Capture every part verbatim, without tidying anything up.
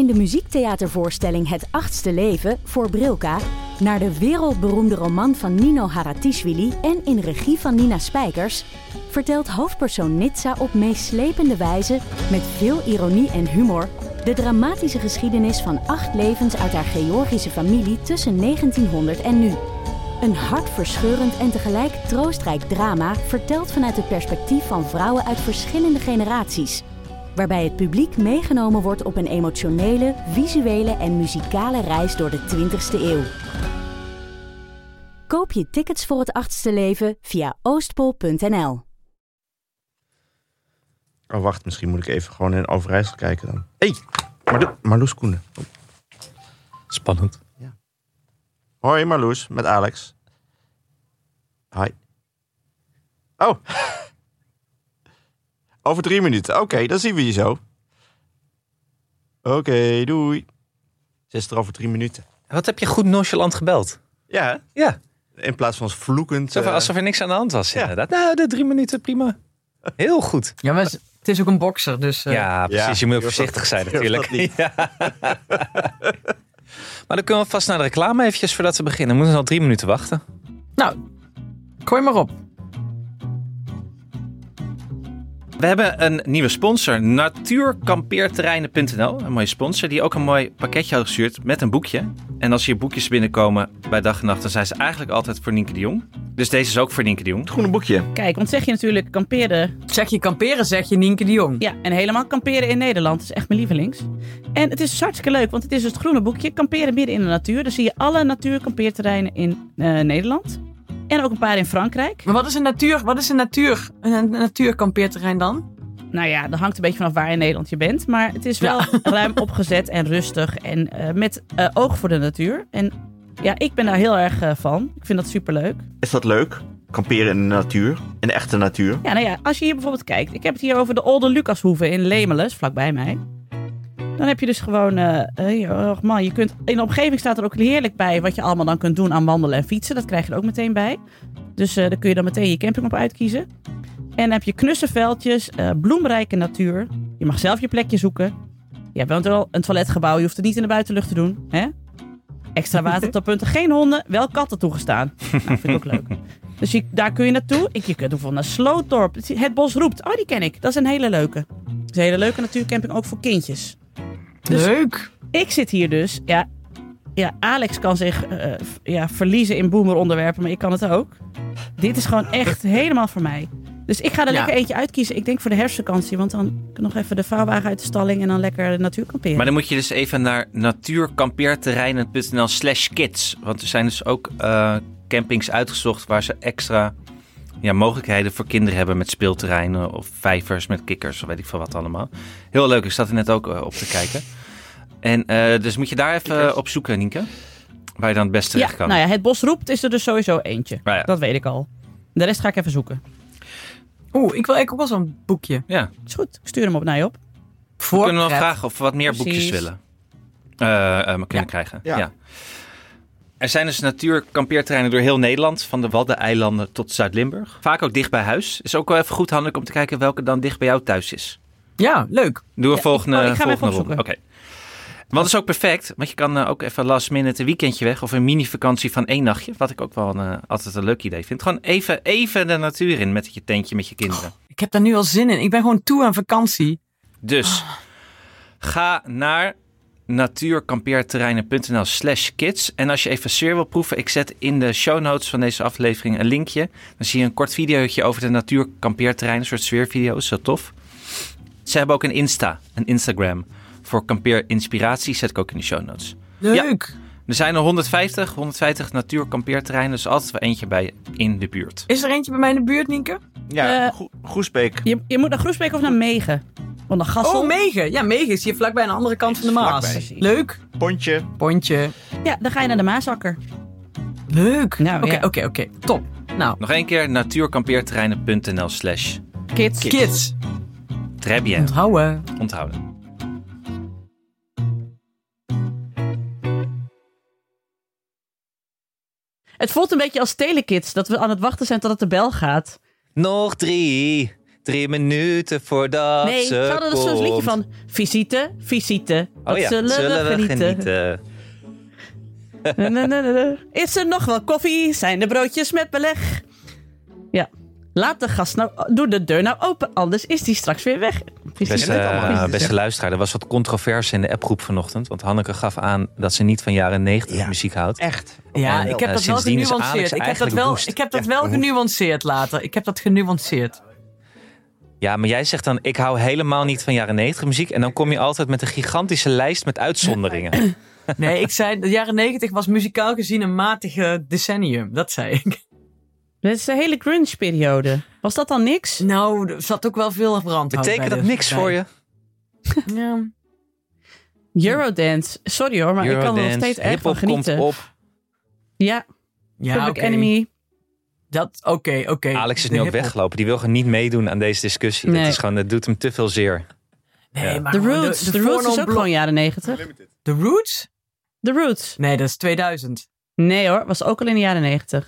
in de muziektheatervoorstelling Het Achtste Leven voor Brilka naar de wereldberoemde roman van Nino Haratischvili en in regie van Nina Spijkers, vertelt hoofdpersoon Nitsa op meeslepende wijze, met veel ironie en humor, de dramatische geschiedenis van acht levens uit haar Georgische familie tussen negentienhonderd en nu. Een hartverscheurend en tegelijk troostrijk drama verteld vanuit het perspectief van vrouwen uit verschillende generaties, waarbij het publiek meegenomen wordt op een emotionele, visuele en muzikale reis door de twintigste eeuw. Koop je tickets voor Het Achtste Leven via oostpol punt n l. Oh, wacht, misschien moet ik even gewoon in Overijssel kijken dan. Hé, hey, Marlo- Marloes Koenen. Oh. Spannend. Ja. Hoi Marloes, met Alex. Hi. Oh. Over drie minuten. Oké, okay, dan zien we je zo. Oké, okay, doei. Ze is er over drie minuten. Wat heb je goed nonchalant gebeld? Ja. Ja. In plaats van vloekend. Zo, uh... Alsof er niks aan de hand was, ja. Inderdaad. Nou, de drie minuten, prima. Heel goed. Ja, maar het is ook een bokser, dus... Uh... Ja, precies. Ja, je moet ook voorzichtig zijn natuurlijk. Ja. Maar dan kunnen we vast naar de reclame eventjes voordat we beginnen. We moeten al drie minuten wachten. Nou, gooi maar op. We hebben een nieuwe sponsor, natuurkampeerterreinen punt n l. Een mooie sponsor die ook een mooi pakketje had gestuurd met een boekje. En als hier boekjes binnenkomen bij dag en nacht, dan zijn ze eigenlijk altijd voor Nienke de Jong. Dus deze is ook voor Nienke de Jong. Het groene boekje. Kijk, want zeg je natuurlijk kamperen... Zeg je kamperen, zeg je Nienke de Jong. Ja, en helemaal kamperen in Nederland. Dat is echt mijn lievelings. En het is dus hartstikke leuk, want het is dus het groene boekje. Kamperen midden in de natuur. Dan zie je alle natuurkampeerterreinen in uh, Nederland. En ook een paar in Frankrijk. Maar wat is een natuur, wat is een natuur, een natuurkampeerterrein dan? Nou ja, dat hangt een beetje vanaf waar in Nederland je bent. Maar het is wel ja. ruim opgezet en rustig. En uh, met uh, oog voor de natuur. En ja, ik ben daar heel erg uh, van. Ik vind dat superleuk. Is dat leuk? Kamperen in de natuur? In de echte natuur? Ja, nou ja, als je hier bijvoorbeeld kijkt. Ik heb het hier over de Olde Lucashoeve in Lemeles, vlakbij mij. Dan heb je dus gewoon... Uh, uh, oh man, je kunt, in de omgeving staat er ook heerlijk bij wat je allemaal dan kunt doen aan wandelen en fietsen. Dat krijg je er ook meteen bij. Dus uh, daar kun je dan meteen je camping op uitkiezen. En dan heb je knusse veldjes, uh, bloemrijke natuur. Je mag zelf je plekje zoeken. Je hebt wel een toiletgebouw, je hoeft het niet in de buitenlucht te doen. Hè? Extra watertoppunten, geen honden, wel katten toegestaan. Nou, vind ik ook leuk. Dus je, daar kun je naartoe. Ik, je kunt bijvoorbeeld naar Slootdorp. Het Bos Roept. Oh, die ken ik. Dat is een hele leuke. Dat is een hele leuke natuurcamping, ook voor kindjes. Dus leuk. Ik zit hier dus. Ja, ja Alex kan zich uh, ja, verliezen in boomeronderwerpen, maar ik kan het ook. Dit is gewoon echt helemaal voor mij. Dus ik ga er ja. lekker eentje uitkiezen. Ik denk voor de herfstvakantie, want dan kan ik nog even de vouwwagen uit de stalling en dan lekker natuurkamperen. Maar dan moet je dus even naar natuurkampeerterreinen punt n l slash kids. Want er zijn dus ook uh, campings uitgezocht waar ze extra ja, mogelijkheden voor kinderen hebben met speelterreinen of vijvers met kikkers of weet ik veel wat allemaal. Heel leuk, ik zat er net ook uh, op te kijken. En uh, dus moet je daar even uh, op zoeken, Nienke. Waar je dan het beste terecht ja, kan. Nou ja, het Bos Roept is er dus sowieso eentje. Ah, ja. Dat weet ik al. De rest ga ik even zoeken. Oeh, ik wil eigenlijk ook wel zo'n boekje. Ja. Is goed, ik stuur hem op naar je op. Voor we kunnen wel vragen of we wat meer Precies. boekjes willen. Uh, uh, kunnen ja. krijgen. Ja. Ja. Er zijn dus natuurkampeerterreinen door heel Nederland. Van de Waddeneilanden tot Zuid-Limburg. Vaak ook dicht bij huis. Is ook wel even goed handig om te kijken welke dan dicht bij jou thuis is. Ja, leuk. Doen we ja, volgende, ik, oh, ik ga volgende ronde. Oké. Okay. Want dat is ook perfect. Want je kan uh, ook even last minute een weekendje weg. Of een mini-vakantie van één nachtje. Wat ik ook wel uh, altijd een leuk idee vind. Gewoon even, even de natuur in met je tentje met je kinderen. Oh, ik heb daar nu al zin in. Ik ben gewoon toe aan vakantie. Dus oh. ga naar natuurkampeerterreinen punt n l slash kids. En als je even sfeer wil proeven. Ik zet in de show notes van deze aflevering een linkje. Dan zie je een kort videootje over de natuurkampeerterreinen. Een soort sfeervideo. Is zo tof. Ze hebben ook een Insta. Een Instagram. Voor kampeerinspiratie zet ik ook in de show notes. Leuk. Ja, er zijn er honderdvijftig, honderdvijftig natuurkampeerterreinen. Dus altijd wel eentje bij in de buurt. Is er eentje bij mij in de buurt, Nienke? Ja, uh, Go- Groesbeek. Je, je moet naar Groesbeek of naar Megen. Want naar Gassel. Oh, Megen. Ja, Megen is hier vlakbij aan de andere kant van de Maas. Leuk. Pontje. Pontje. Ja, dan ga je naar de Maasakker. Leuk. Nou, Oké, ja. oké, oké. Top. Nou. Nog één keer natuurkampeerterreinen punt n l slash kids. Kids. Kids. Très bien. Onthouden. Onthouden. Het voelt een beetje als Telekids, dat we aan het wachten zijn totdat de bel gaat. Nog drie, Drie minuten voordat Nee, ze ze hadden dus zo'n liedje komt. van... Visite, visite, wat Oh ja, zullen, zullen we we genieten. genieten. Na, na, na, na, na. Is er nog wel koffie? Zijn de broodjes met beleg? Ja. Laat de gast nou... Doe de deur nou open, anders is die straks weer weg. Precies. Beste, uh, beste luisteraar, er was wat controverse in de appgroep vanochtend. Want Hanneke gaf aan dat ze niet van jaren negentig Ja. muziek houdt. Echt. Ja, En, ik heb uh, dat wel sindsdien is Alex genuanceerd. Ik heb dat eigenlijk wel, woest. ik heb dat Ja, wel woest. genuanceerd later. Ik heb dat genuanceerd. Ja, maar jij zegt dan, ik hou helemaal niet van jaren negentig muziek. En dan kom je altijd met een gigantische lijst met uitzonderingen. Nee, ik zei, de jaren negentig was muzikaal gezien een matige decennium. Dat zei ik. Dit is de hele grunge-periode. Was dat dan niks? Nou, er zat ook wel veel brandhout Betekent bij dat de- niks bij. voor je? Ja. Eurodance. Sorry hoor, maar ik kan er nog Eurodance, steeds erg van hiphop komt genieten. op. Ja, Ja, Public oké. Enemy. Dat, oké, oké. Alex is De nu ook hiphop. weggelopen. Die wil gewoon niet meedoen aan deze discussie. Nee. Het is gewoon, het doet hem te veel zeer. Nee, Ja. maar The gewoon Roots. De, The de Roots is Forno ook Blo- gewoon jaren negentig. The Roots? The Roots. Nee, dat is tweeduizend. Nee hoor, was ook al in de jaren negentig.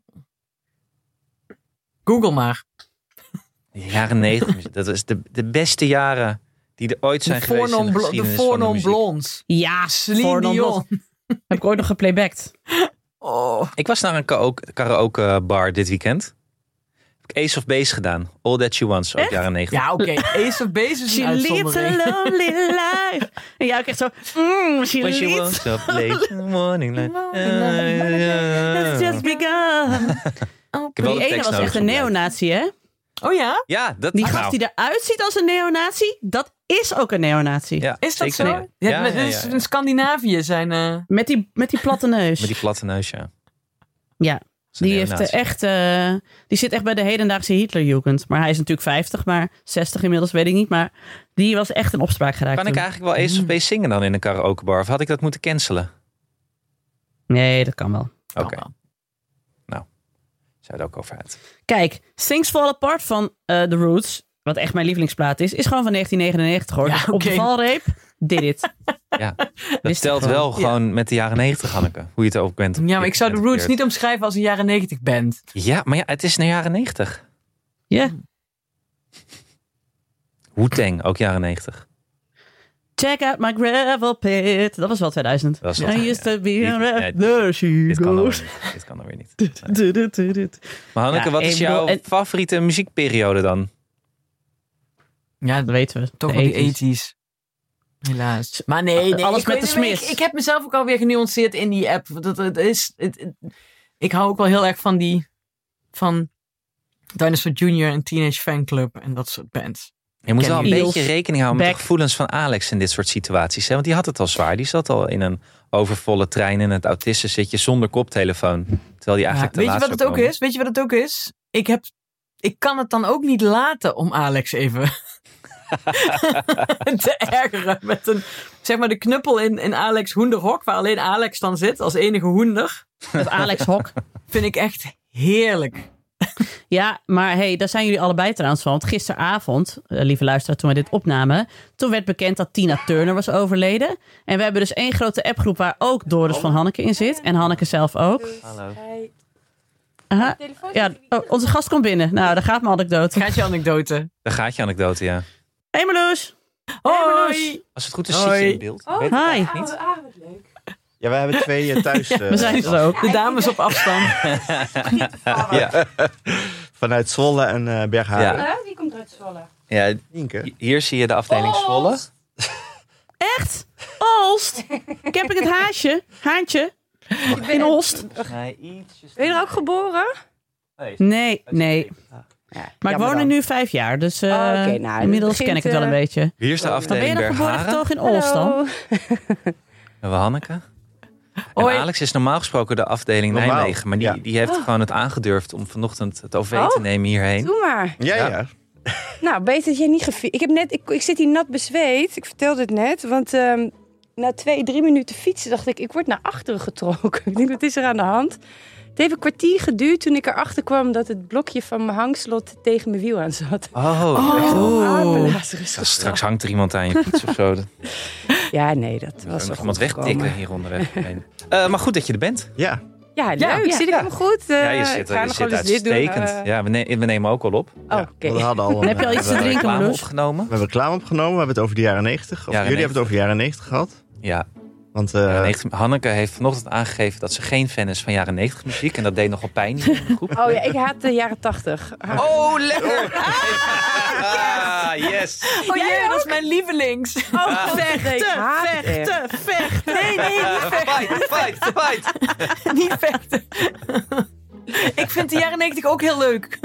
Google maar. De jaren negentig muziek, dat is de, de beste jaren die er ooit zijn De geweest in de Forno Blo- de geschiedenis van de Forno muziek. Blondes. Ja, Celine voor non- Dion. Heb ik ooit nog geplaybacked. Oh. Ik was naar een karaoke, karaoke bar dit weekend. Heb ik Ace of Base gedaan. All That She Wants, ook jaren negentig. Ja, oké. Ace of Base is een She lives a uitzondering. lonely life. En jij ook echt zo... Mm, she When she lives... wants up late in the morning. Like, It's just begun. Ik heb wel Die de ene tekst was nodig echt een om te neonazi, hè? Oh ja? Ja, dat Die nou, gast die eruit ziet als een neonazi, dat is ook een neonazi. ja, Is dat zeker. zo? Ja, Ja, ja, met- ja, dus ja. In Scandinavië zijn... eh, Met, die, met die platte neus. Met die platte neus, ja. Ja, Dat is een die, heeft neonazi. eh, echt, eh, die zit echt bij de hedendaagse Hitlerjugend. Maar hij is natuurlijk vijftig, maar zestig inmiddels, weet ik niet. Maar die was echt in opspraak geraakt. Kan ik toen. eigenlijk wel Ace of Base zingen dan in een karaokebar? Of had ik dat moeten cancelen? Nee, dat kan wel. Oké, oh, zou het ook over uit. Kijk, Things Fall Apart van eh, The Roots, wat echt mijn lievelingsplaat is, is gewoon van negentien negenennegentig hoor. Ja, Dus Op de oké. valreep, did it. Ja, dat Wist telt ik wel gewoon. gewoon met de jaren negentig, Hanneke. Hoe je het ook bent. Ja, maar ik zou de bent Roots verkeerd. niet omschrijven als een jaren negentig band. Ja, maar ja, het is naar jaren negentig. Ja. Wu-Tang, ook jaren negentig. Check out my gravel pit. Dat was wel tweeduizend. Dat was wel- I used to be Dit- a nee, rap. There she Dit kan, dan goes. weer niet. Dit kan dan weer niet. Du- du- du- du- Maar Hanneke, Ja, wat ik is bedoel, jouw en- favoriete muziekperiode dan? Ja, Dat weten we. toch De wel die ethisch. tachtiger. Helaas. Maar nee, nee. Alles ik, met weet- de nee, Smiths. Ik, ik heb mezelf ook alweer genuanceerd in die app. Dat, het is, het, het- ik hou ook wel heel erg van die... Van Dinosaur Junior en Teenage Fanclub en dat soort bands. Je moet Ken wel een je. beetje Eels, rekening houden met de Beck. gevoelens van Alex in dit soort situaties. Hè? Want die had het al zwaar. Die zat al in een overvolle trein in het autistenzitje zonder koptelefoon. Terwijl die Ja, eigenlijk te weet je laat wat het zou ook komen. is? Weet je wat het ook is? Ik heb... Ik kan het dan ook niet laten om Alex even te ergeren. Met een, zeg maar de knuppel in, in Alex hoenderhok, waar alleen Alex dan zit als enige hoender. Met Alex Hok. Vind ik echt heerlijk. Ja, maar hey, daar zijn jullie allebei trouwens van. Want gisteravond, eh, lieve luisteraar, toen we dit opnamen, toen werd bekend dat Tina Turner was overleden. En we hebben dus één grote appgroep waar ook Doris van Hanneke in zit. En Hanneke zelf ook. Hallo. Aha. Ja, oh, onze gast komt binnen. Nou, daar gaat mijn anekdote. Gaat je anekdote. Daar gaat je anekdote, ja. Hey Marloes. Hoi! Als het goed is, Hoi. zit je in beeld. Oh, Weet ik Hi. eigenlijk niet. Ja, we hebben twee eh, thuis. eh, We zijn er ook. De dames op afstand. Ja. Vanuit Zwolle en eh Bergharen. Ja. Huh? Die komt uit Zwolle. Ja, Nienke. hier zie je de afdeling Zwolle. Echt? Olst? Ik heb ik het haasje. Haantje. In Olst. Nee, ietsjes. Ben je er ook geboren? Nee, nee. Ja, Maar ik woon er nu vijf jaar. Dus uh, Oh, oké, nou, inmiddels het ken ik het wel een begint, beetje. Hier is de Maar ben je afdeling dan geboren Bergharen. toch in Olst dan? Hallo. En we Hanneke. En Hoi. Alex is normaal gesproken de afdeling Normaal, Nijmegen. Maar die, ja. die heeft gewoon het aangedurfd om vanochtend het O V te Oh. nemen hierheen. Doe maar. Ja, Ja. ja. Nou, beter dat jij niet gefietst. Ik, heb net, ik, ik zit hier nat bezweet. Ik vertelde het net. Want ehm, na twee, drie minuten fietsen dacht ik... ik word naar achteren getrokken. Ik denk, wat is er aan de hand? Het heeft een kwartier geduurd toen ik erachter kwam... dat het blokje van mijn hangslot tegen mijn wiel aan zat. Oh, Oh. Ja, straks hangt er iemand aan je fiets of zo. Dan Ja, nee, dat was kan wel nog iemand goed wegtikken gekomen. hieronder. Uh, maar goed dat je er bent. Ja. Ja, leuk. Ja, ja, zit ik ja. hem goed? Uh, Ja, je zit, ik ga je nog zit wel eens dit doen. uitstekend. Uh... Ja, we, ne- we nemen ook al op. Oh, Ja, oké. we hadden al, En heb je al eh, iets We te hebben drinken, reclame Marloes? opgenomen. We hebben reclame opgenomen. We hebben het over de jaren negentig. Of Jaren jullie hebben het over de jaren negentig gehad. Ja. Want uh, Ja, negentig Hanneke heeft vanochtend aangegeven dat ze geen fan is van jaren negentig muziek. En dat deed nogal pijn in de groep. Oh ja, ik haat de jaren tachtig. Oh, lekker! Ah, yes! Oh jee, dat is mijn lievelings. Oh, vechten, ik haat het echt. Vechten, vechten. Nee, nee, niet vechten. Fight, fight, fight! Niet vechten. Ik vind de jaren negentig ook heel leuk.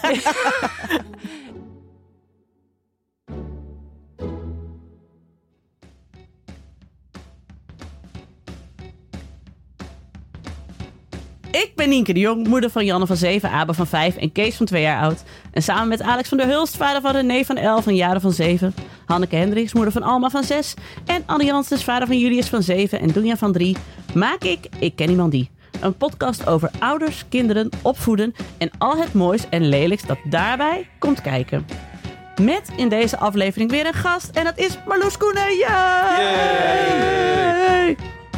Ik ben Nienke de Jong, moeder van Janne van zeven, Abe van vijf en Kees van twee jaar oud. En samen met Alex van der Hulst, vader van René van elf en Jaren van zeven. Hanneke Hendricks, moeder van Alma van zes. En Anne Janssens, vader van Julius van zeven en Doenja van drie. Maak ik Ik Ken Iemand Die. Een podcast over ouders, kinderen, opvoeden en al het moois en lelijks dat daarbij komt kijken. Met in deze aflevering weer een gast en dat is Marloes Koenen. Yay! Yay!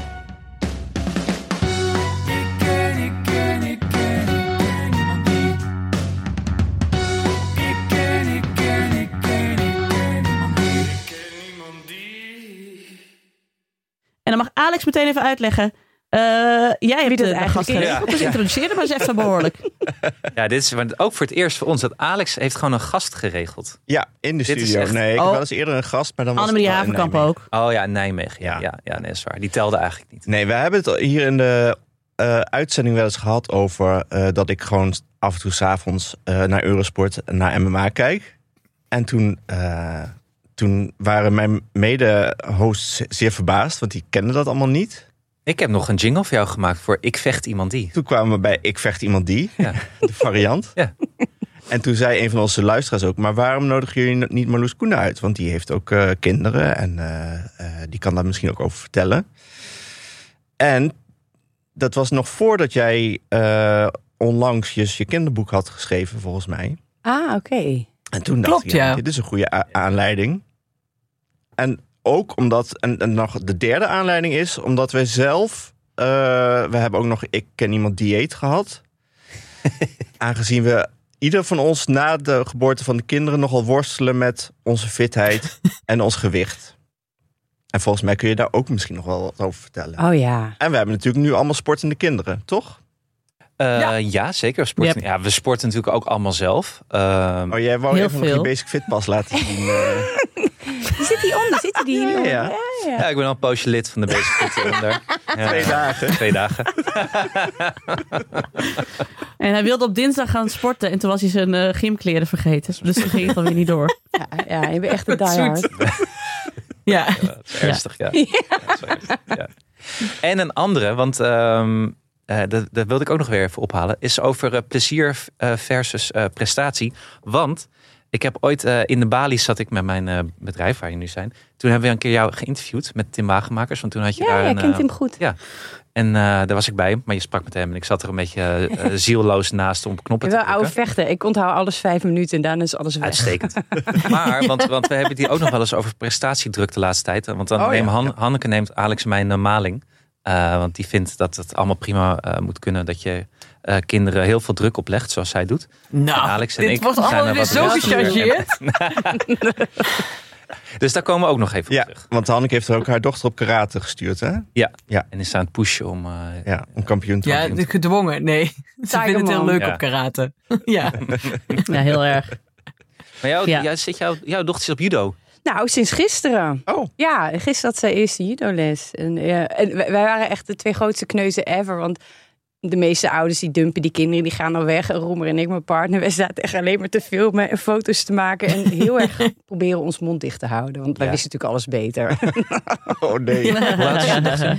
En dan mag Alex meteen even uitleggen. Uh, jij hebt dat de eigenlijk gast is. geregeld, dus Ja. introduceer hem maar eens even behoorlijk. Ja, dit is ook voor het eerst voor ons dat Alex heeft gewoon een gast geregeld. ja, in de Dit is studio. echt- Nee, ik Oh. heb wel eens eerder een gast, maar dan was Annemarie het wel in Havenkamp Nijmegen. ook. Oh ja, Nijmegen. Ja, Ja. ja, ja nee, dat is waar. Die telde eigenlijk niet. Nee, we hebben het hier in de uh, uitzending wel eens gehad over uh, dat ik gewoon af en toe 's avonds uh, naar Eurosport, naar M M A kijk. En toen, uh, toen waren mijn mede-hosts zeer verbaasd, want die kenden dat allemaal niet. Ik heb nog een jingle voor jou gemaakt voor Ik Vecht Iemand Die. Toen kwamen we bij Ik Vecht Iemand Die, Ja. de variant. Ja. En toen zei een van onze luisteraars ook, maar waarom nodigen jullie niet Marloes Koenen uit? Want die heeft ook uh, kinderen en uh, uh, die kan daar misschien ook over vertellen. En dat was nog voordat jij uh, onlangs je, je kinderboek had geschreven, volgens mij. Ah, oké. Okay. En toen dacht Klopt, ik, ja, ja. dit is een goede a- aanleiding. En ook omdat, en, en nog de derde aanleiding is, omdat wij zelf, uh, we hebben ook nog Ik Ken Iemand Dieet gehad. Aangezien we ieder van ons na de geboorte van de kinderen nogal worstelen met onze fitheid en ons gewicht. En volgens mij kun je daar ook misschien nog wel wat over vertellen. Oh ja. En we hebben natuurlijk nu allemaal sportende kinderen, toch? Uh, Ja. ja. zeker. We sporten, Yep. ja, we sporten natuurlijk ook allemaal zelf. Uh, Oh, jij wou Heel even nog veel. je Basic Fit pas laten zien. uh. Zit die onder? Zit die hier? Ja, ja. ja, ik ben al een poosje lid van de Basic Fit onder. Ja, Twee dagen. Twee dagen. En hij wilde op dinsdag gaan sporten en toen was hij zijn uh, gymkleren vergeten. Dus toen ging het alweer niet door. Ja, ja, je bent echt een Wat diehard. zoet. Ja. Ja, dat is ernstig, ja. Ja, dat is wel ernstig, ja. En een andere, want um, uh, dat, dat wilde ik ook nog weer even ophalen, is over uh, plezier uh, versus uh, prestatie. Want ik heb ooit uh, in de Bali's zat ik met mijn uh, bedrijf, waar je nu zijn. Toen hebben we een keer jou geïnterviewd met Tim Wagenmakers. Want toen had je Ja, daar jij een, kent uh, hem goed. Ja. En uh, daar was ik bij, maar je sprak met hem en ik zat er een beetje uh, zielloos naast om knoppen Ik te wil oude drukken. vechten. Ik onthoud alles vijf minuten en daarna is alles weg. Uitstekend. Maar, want, want we hebben het hier ook nog wel eens over prestatiedruk de laatste tijd. Want dan Oh, neemt ja, Han, ja. Hanneke neemt Alex mijn uh, maling. Uh, want die vindt dat het allemaal prima uh, moet kunnen. Dat je uh, kinderen heel veel druk oplegt, zoals zij doet. Nou, En Alex en dit ik wordt zijn allemaal er weer wat zo rustiger. gechargeerd. Dus daar komen we ook nog even op Ja, terug. want Hanneke heeft er ook haar dochter op karate gestuurd, hè? En is aan het pushen om... Uh, Ja, om kampioen te Ja, worden. de- gedwongen. Nee, ze Tiger vinden het heel Mom. leuk Ja. op karate. Ja. Ja, heel erg. Maar jou, Ja. jou, zit jouw, jouw dochter zit op judo. Nou, sinds gisteren. Oh, Ja, gisteren had zij eerste judoles. En, ja, en wij wij waren echt de twee grootste kneuzen ever. Want de meeste ouders die dumpen die kinderen, die gaan al weg. En Roemer en ik, mijn partner, wij zaten echt alleen maar te filmen en foto's te maken. En heel erg proberen ons mond dicht te houden. Want wij Ja. wisten natuurlijk alles beter. oh nee. Hoe oud is je dochter?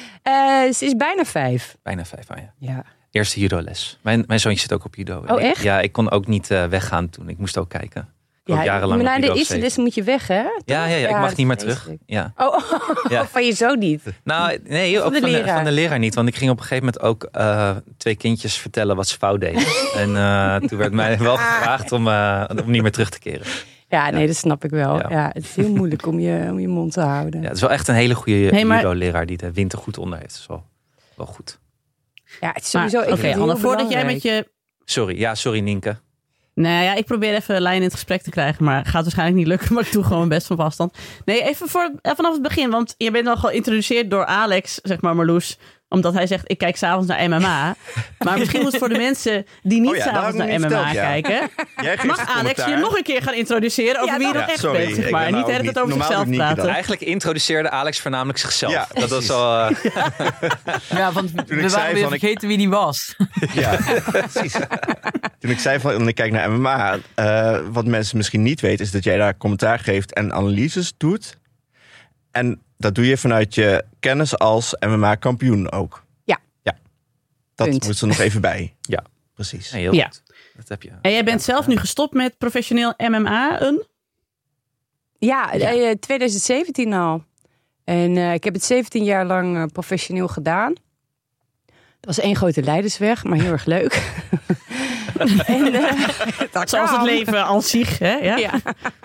Eh, ze is bijna vijf. Bijna vijf aan, ja. Ja. Eerste judo-les. Mijn, mijn zoontje zit ook op judo. En Oh, ik- echt? Ja, ik kon ook niet uh, weggaan toen. Ik moest ook kijken. Ik heb ook Ja, jarenlang maar op na judo de eerste gezeten. les moet je weg, hè? Ja, ja, ja, ik mag dat niet meer is terug. vreselijk. Ja. Oh, Ja. van je zo niet. Nou, nee, ook Van de van de, leraar. van de leraar niet. Want ik ging op een gegeven moment ook uh, twee kindjes vertellen wat ze fout deden. En uh, toen werd mij wel gevraagd om, uh, om niet meer terug te keren. Ja, nee, dat snap ik wel. Ja. Ja. Het is heel moeilijk om je, om je mond te houden. Ja, het is wel echt een hele goede Hey, maar- judo-leraar die de winter goed onder heeft. Dat is wel, wel goed. Ja, het is sowieso... Oké, okay, Anne, voordat jij met je... Sorry, ja, sorry Nienke. Nou ja, ik probeer even een lijn in het gesprek te krijgen, maar gaat waarschijnlijk niet lukken, maar ik doe gewoon mijn best van afstand. Nee, even voor, vanaf het begin, want je bent al geïntroduceerd door Alex, zeg maar Marloes, omdat hij zegt, ik kijk s'avonds naar M M A. Maar misschien moet voor de mensen die niet oh ja, s'avonds naar M M A verteld, kijken, ja. mag Alex commentaar. je nog een keer gaan introduceren over ja, wie je dan ja, echt sorry, bent, zeg maar. En niet het niet, over zichzelf praten. Eigenlijk introduceerde Alex voornamelijk zichzelf. Ja, dat was al... Uh... Ja, want Toen we waren weer vergeten ik... wie die was. Ja, precies. Toen ik zei van, ik kijk naar M M A, uh, wat mensen misschien niet weten, is dat jij daar commentaar geeft en analyses doet. En dat doe je vanuit je kennis als M M A-kampioen ook. Ja. Ja. Dat Punt. moet er nog even bij. Ja, precies. Nee, heel ja. goed. Dat heb je. En jij bent zelf nu gestopt met professioneel M M A? Een? Ja, ja. twintig zeventien al. En uh, ik heb het zeventien jaar lang uh, professioneel gedaan. Dat was één grote leidersweg, maar heel erg leuk. en, uh, Zoals het leven als zich, hè? Ja. ja.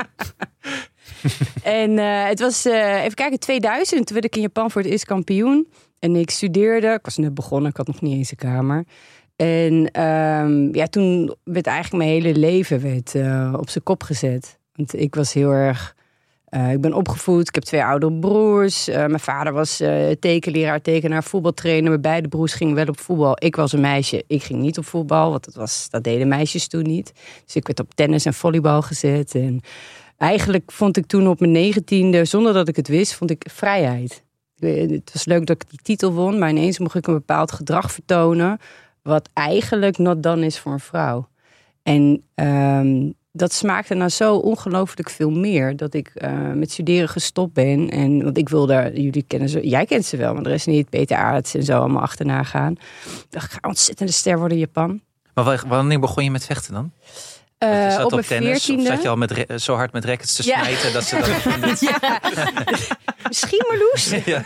En uh, het was, uh, even kijken, tweeduizend. Toen werd ik in Japan voor het eerst kampioen. En ik studeerde. Ik was net begonnen, ik had nog niet eens een kamer. En um, ja, toen werd eigenlijk mijn hele leven werd, uh, op zijn kop gezet. Want ik was heel erg... Uh, ik ben opgevoed, ik heb twee oudere broers. Uh, mijn vader was uh, tekenleraar, tekenaar, voetbaltrainer. Mijn beide broers gingen wel op voetbal. Ik was een meisje, ik ging niet op voetbal. Want dat, was, dat deden meisjes toen niet. Dus ik werd op tennis en volleybal gezet. En eigenlijk vond ik toen op mijn negentiende, zonder dat ik het wist, vond ik vrijheid. Het was leuk dat ik die titel won, maar ineens mocht ik een bepaald gedrag vertonen, wat eigenlijk not done is voor een vrouw. En um, dat smaakte nou zo ongelooflijk veel meer, dat ik uh, met studeren gestopt ben. En want ik wilde, jullie kennen ze, jij kent ze wel, maar de rest niet, Peter Aerts en zo allemaal achterna gaan. Ik dacht, ik ga ontzettende ster worden in Japan. Maar wanneer begon je met vechten dan? Uh, je zat op op tennis veertiende. Of zat je al met re- zo hard met rackets te ja. smijten dat ze dat... ja. Misschien Marloes. Ja.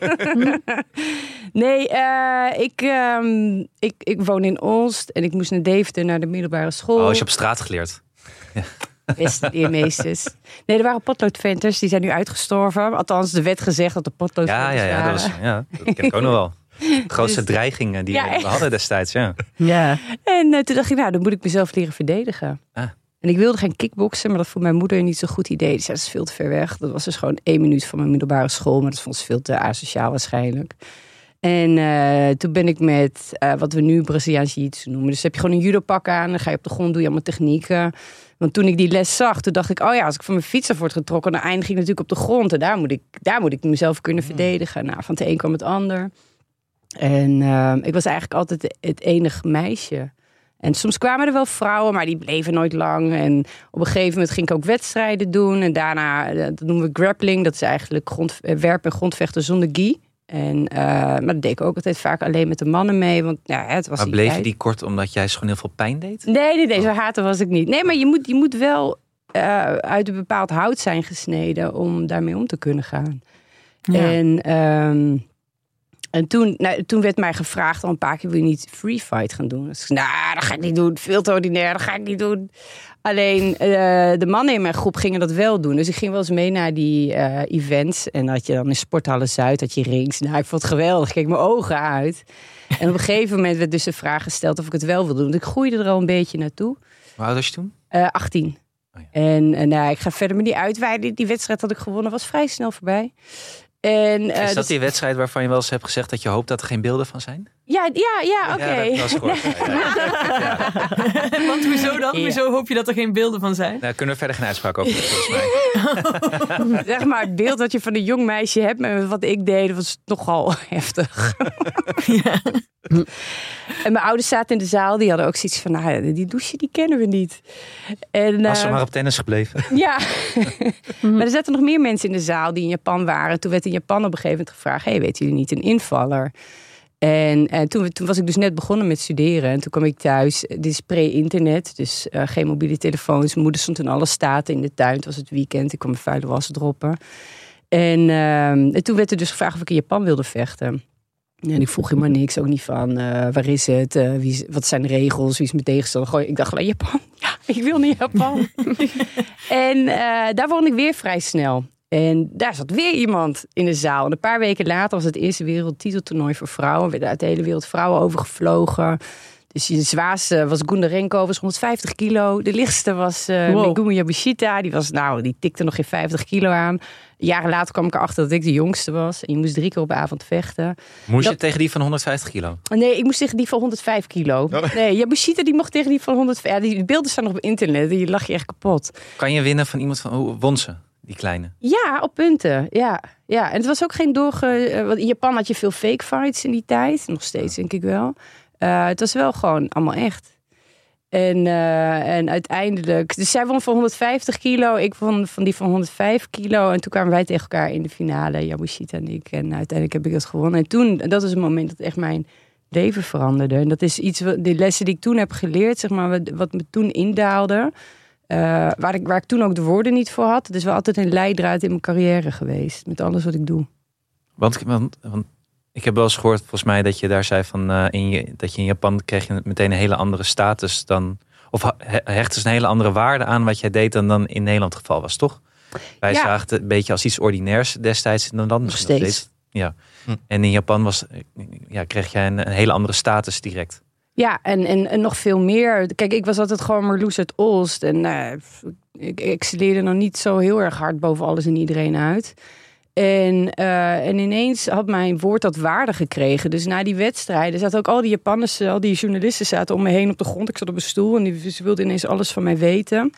nee, uh, ik, um, ik, ik woon in Olst en ik moest naar Deventer naar de middelbare school. Oh, is je op straat geleerd? Ja. Beste leermeesters. Nee, er waren potloodventers, die zijn nu uitgestorven. Althans, er werd gezegd dat de potloodventers ja, ja, ja, waren. Dat, was, ja, dat ken ik ook nog wel. De grootste dus, dreigingen die ja, we hadden destijds, ja. ja. En uh, toen dacht ik, nou, dan moet ik mezelf leren verdedigen. Ah. En ik wilde geen kickboksen, maar dat vond mijn moeder niet zo'n goed idee. Die zei, dat is veel te ver weg. Dat was dus gewoon één minuut van mijn middelbare school, maar dat vond ze veel te asociaal waarschijnlijk. En uh, toen ben ik met uh, wat we nu Braziliaans jiu-jitsu noemen. Dus heb je gewoon een judopak aan, dan ga je op de grond, doe je allemaal technieken. Want toen ik die les zag, toen dacht ik, oh ja, als ik van mijn fiets af word getrokken, dan eindig ik natuurlijk op de grond. En daar moet ik, daar moet ik mezelf kunnen verdedigen. Nou, van het een kwam het ander. En uh, ik was eigenlijk altijd het enige meisje. En soms kwamen er wel vrouwen, maar die bleven nooit lang. En op een gegeven moment ging ik ook wedstrijden doen. En daarna, dat noemen we grappling. Dat is eigenlijk grond, werpen en grondvechten zonder gi. En, uh, maar dat deed ik ook altijd vaak alleen met de mannen mee. Want, ja, het was maar bleef tijd. je die kort omdat jij gewoon heel veel pijn deed? Nee, nee, nee, zo haten was ik niet. Nee, maar je moet, je moet wel uh, uit een bepaald hout zijn gesneden om daarmee om te kunnen gaan. Ja. En... Um, En toen, nou, toen werd mij gevraagd al een paar keer, wil je niet free fight gaan doen? Dus ik zei, nou, dat ga ik niet doen. Veel te ordinair, dat ga ik niet doen. Alleen uh, de mannen in mijn groep gingen dat wel doen. Dus ik ging wel eens mee naar die uh, events. En had je dan in Sporthallen Zuid, had je rings. Nou, ik vond het geweldig. Ik keek mijn ogen uit. En op een gegeven moment werd dus de vraag gesteld of ik het wel wilde doen. Want ik groeide er al een beetje naartoe. Hoe oud was je toen? Uh, achttien. Oh ja. En uh, nou, ik ga verder met die uitweiden. Die wedstrijd had ik gewonnen, was vrij snel voorbij. En, uh, is dat dus die wedstrijd waarvan je wel eens hebt gezegd dat je hoopt dat er geen beelden van zijn? Ja, ja, ja, oké. Okay. Ja, dat was gehoord. Ja, ja. Ja. Want hoezo dan? Ja. Hoezo hoop je dat er geen beelden van zijn? Nou, kunnen we verder geen uitspraak over doen, volgens mij. Zeg maar, het beeld dat je van een jong meisje hebt met wat ik deed, was nogal heftig. Ja. En mijn ouders zaten in de zaal, die hadden ook zoiets van, nou, die douche, die kennen we niet. En, was ze uh, maar op tennis gebleven. Ja. Maar er zaten nog meer mensen in de zaal die in Japan waren. Toen werd in Japan op een gegeven moment gevraagd, hey, weten jullie niet een invaller? En, en toen, toen was ik dus net begonnen met studeren. En toen kwam ik thuis. Dit is pre-internet, dus uh, geen mobiele telefoons. Mijn moeder stond in alle staten in de tuin. Het was het weekend, ik kwam mijn vuile was droppen. En, uh, en toen werd er dus gevraagd of ik in Japan wilde vechten. En ik vroeg helemaal niks, ook niet van uh, waar is het, uh, wie is, wat zijn de regels, wie is mijn tegenstander. Gooi, ik dacht gelijk Japan, ja, ik wil naar Japan. En uh, daar won ik weer vrij snel. En daar zat weer iemand in de zaal. En een paar weken later was het eerste wereldtiteltoernooi voor vrouwen. Er werden uit de hele wereld vrouwen overgevlogen. Dus de zwaarste was Gundarenko, was honderdvijftig kilo. De lichtste was uh, Wow. Megumi Yabashita. Die was, nou, die tikte nog geen vijftig kilo aan. Jaren later kwam ik erachter dat ik de jongste was. En je moest drie keer op avond vechten. Moest je Dat- tegen die van honderdvijftig kilo? Nee, ik moest tegen die van honderdvijf kilo. Oh. Nee, Yabashita die mocht tegen die van honderdvijf. Ja, die beelden staan nog op internet. Die lag je echt kapot. Kan je winnen van iemand van... Hoe won ze, die kleine? Ja, op punten. Ja, ja. En het was ook geen doorge... uh, want in Japan had je veel fake fights in die tijd. Nog steeds, denk ik wel. Uh, het was wel gewoon allemaal echt. En, uh, en uiteindelijk... Dus zij won van honderdvijftig kilo. Ik won van die van honderdvijf kilo. En toen kwamen wij tegen elkaar in de finale. Yamashita en ik. En uiteindelijk heb ik dat gewonnen. En toen, dat is een moment dat echt mijn leven veranderde. En dat is iets... Wat, de lessen die ik toen heb geleerd, zeg maar, wat, wat me toen indaalde... Uh, waar, ik, waar ik toen ook de woorden niet voor had. Het is wel altijd een leidraad in mijn carrière geweest. Met alles wat ik doe. Want, want, want ik heb wel eens gehoord, volgens mij, dat je daar zei van... Uh, in je, dat je in Japan kreeg je meteen een hele andere status dan... Of he, hecht is een hele andere waarde aan wat jij deed dan dan in Nederland het geval was, toch? Wij Ja. zagen het een beetje als iets ordinairs destijds in een land. Nog misschien steeds. Ja. Hm. En in Japan was, ja, kreeg jij een, een hele andere status direct. Ja, en, en, en nog veel meer. Kijk, ik was altijd gewoon Marloes uit Olst. En uh, ik excelleerde nog niet zo heel erg hard boven alles en iedereen uit. En, uh, en ineens had mijn woord dat waarde gekregen. Dus na die wedstrijden zaten ook al die Japanners, al die journalisten zaten om me heen op de grond. Ik zat op een stoel en die, ze wilden ineens alles van mij weten.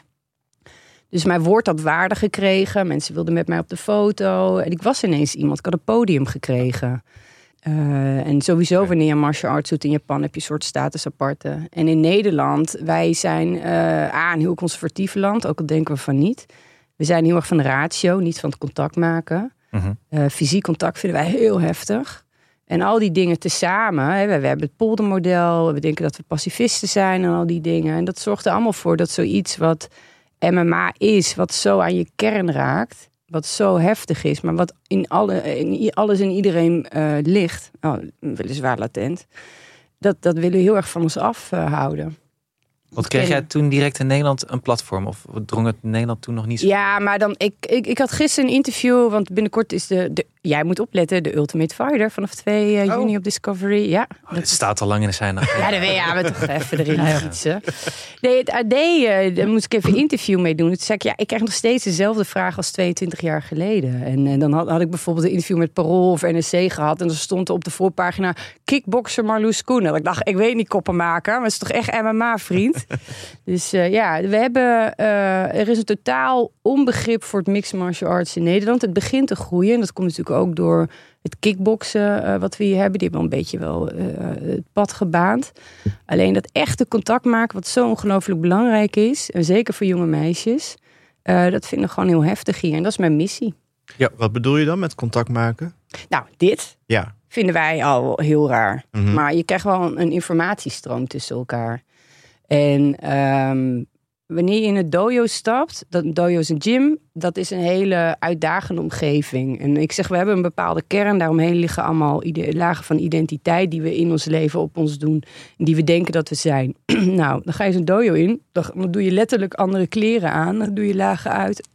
Dus mijn woord had waarde gekregen. Mensen wilden met mij op de foto. En ik was ineens iemand. Ik had een podium gekregen. Uh, en sowieso wanneer je martial arts doet in Japan heb je een soort status aparte. En in Nederland, wij zijn uh, A, een heel conservatief land. Ook al denken we van niet. We zijn heel erg van de ratio, niet van het contact maken. Mm-hmm. Uh, fysiek contact vinden wij heel heftig. En al die dingen tezamen. Hè, we, we hebben het poldermodel. We denken dat we pacifisten zijn en al die dingen. En dat zorgt er allemaal voor dat zoiets wat M M A is, wat zo aan je kern raakt, wat zo heftig is, maar wat in, alle, in alles en iedereen uh, ligt, oh, weliswaar latent, dat, dat willen we heel erg van ons afhouden. Uh, Want kreeg jij toen direct in Nederland een platform? Of drong het in Nederland toen nog niet zo? Ja, maar dan, ik, ik, ik had gisteren een interview, want binnenkort is de, de jij moet opletten, de Ultimate Fighter vanaf twee uh, juni op Discovery. Ja, Oh, het staat al lang in de zijn. Ja, dan weet je, we toch even erin fietsen. Nee, het A D, uh, daar moest ik even een interview mee doen. Toen zei ik, ja, ik krijg nog steeds dezelfde vraag als tweeëntwintig jaar geleden. En, en dan had, had ik bijvoorbeeld een interview met Parool of N R C gehad. En dan stond er op de voorpagina kickbokser Marloes Koenen. Ik dacht, ik weet niet koppen maken, maar het is toch echt M M A, vriend? Dus uh, ja, we hebben, uh, er is een totaal onbegrip voor het mixed martial arts in Nederland. Het begint te groeien. En dat komt natuurlijk ook door het kickboksen uh, wat we hier hebben. Die hebben een beetje wel uh, het pad gebaand. Alleen dat echte contact maken, wat zo ongelooflijk belangrijk is. En zeker voor jonge meisjes. Uh, dat vinden we gewoon heel heftig hier. En dat is mijn missie. Ja, wat bedoel je dan met contact maken? Nou, dit Ja. vinden wij al heel raar. Mm-hmm. Maar je krijgt wel een, een informatiestroom tussen elkaar. En um, wanneer je in het dojo stapt, dat dojo is een gym, dat is een hele uitdagende omgeving. En ik zeg, we hebben een bepaalde kern, daaromheen liggen allemaal ide- lagen van identiteit die we in ons leven op ons doen. En die we denken dat we zijn. Nou, dan ga je zo'n dojo in, dan doe je letterlijk andere kleren aan, dan doe je lagen uit.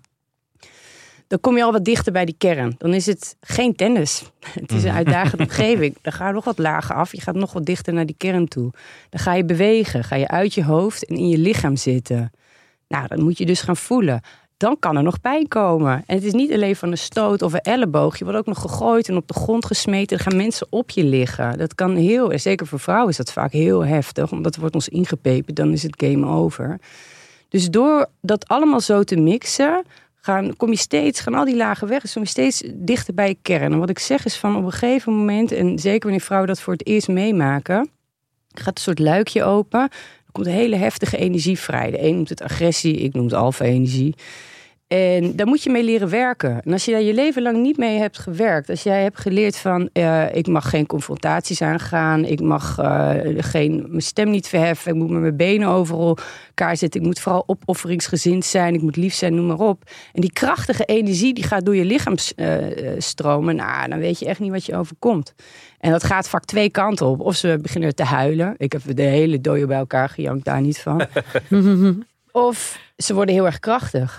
Dan kom je al wat dichter bij die kern. Dan is het geen tennis. Het is een uitdagende omgeving. Dan ga je nog wat lager af. Je gaat nog wat dichter naar die kern toe. Dan ga je bewegen. Ga je uit je hoofd en in je lichaam zitten. Nou, dan moet je dus gaan voelen. Dan kan er nog pijn komen. En het is niet alleen van een stoot of een elleboog. Je wordt ook nog gegooid en op de grond gesmeten. Dan gaan mensen op je liggen. Dat kan heel, zeker voor vrouwen is dat vaak heel heftig. Omdat er wordt ons ingepepen. Dan is het game over. Dus door dat allemaal zo te mixen, Gaan, kom je steeds, gaan al die lagen weg, dus kom je steeds dichter bij je kern. En wat ik zeg is van op een gegeven moment, en zeker wanneer vrouwen dat voor het eerst meemaken, gaat een soort luikje open. Er komt een hele heftige energie vrij. De een noemt het agressie, ik noem het alfa-energie. En daar moet je mee leren werken. En als je daar je leven lang niet mee hebt gewerkt, als jij hebt geleerd van uh, ik mag geen confrontaties aangaan, ik mag uh, geen, mijn stem niet verheffen, ik moet met mijn benen over elkaar zitten, ik moet vooral opofferingsgezind zijn, ik moet lief zijn, noem maar op. En die krachtige energie die gaat door je lichaam uh, stromen, nou, dan weet je echt niet wat je overkomt. En dat gaat vaak twee kanten op. Of ze beginnen te huilen. Ik heb de hele dojo bij elkaar gejankt, daar niet van. Of ze worden heel erg krachtig.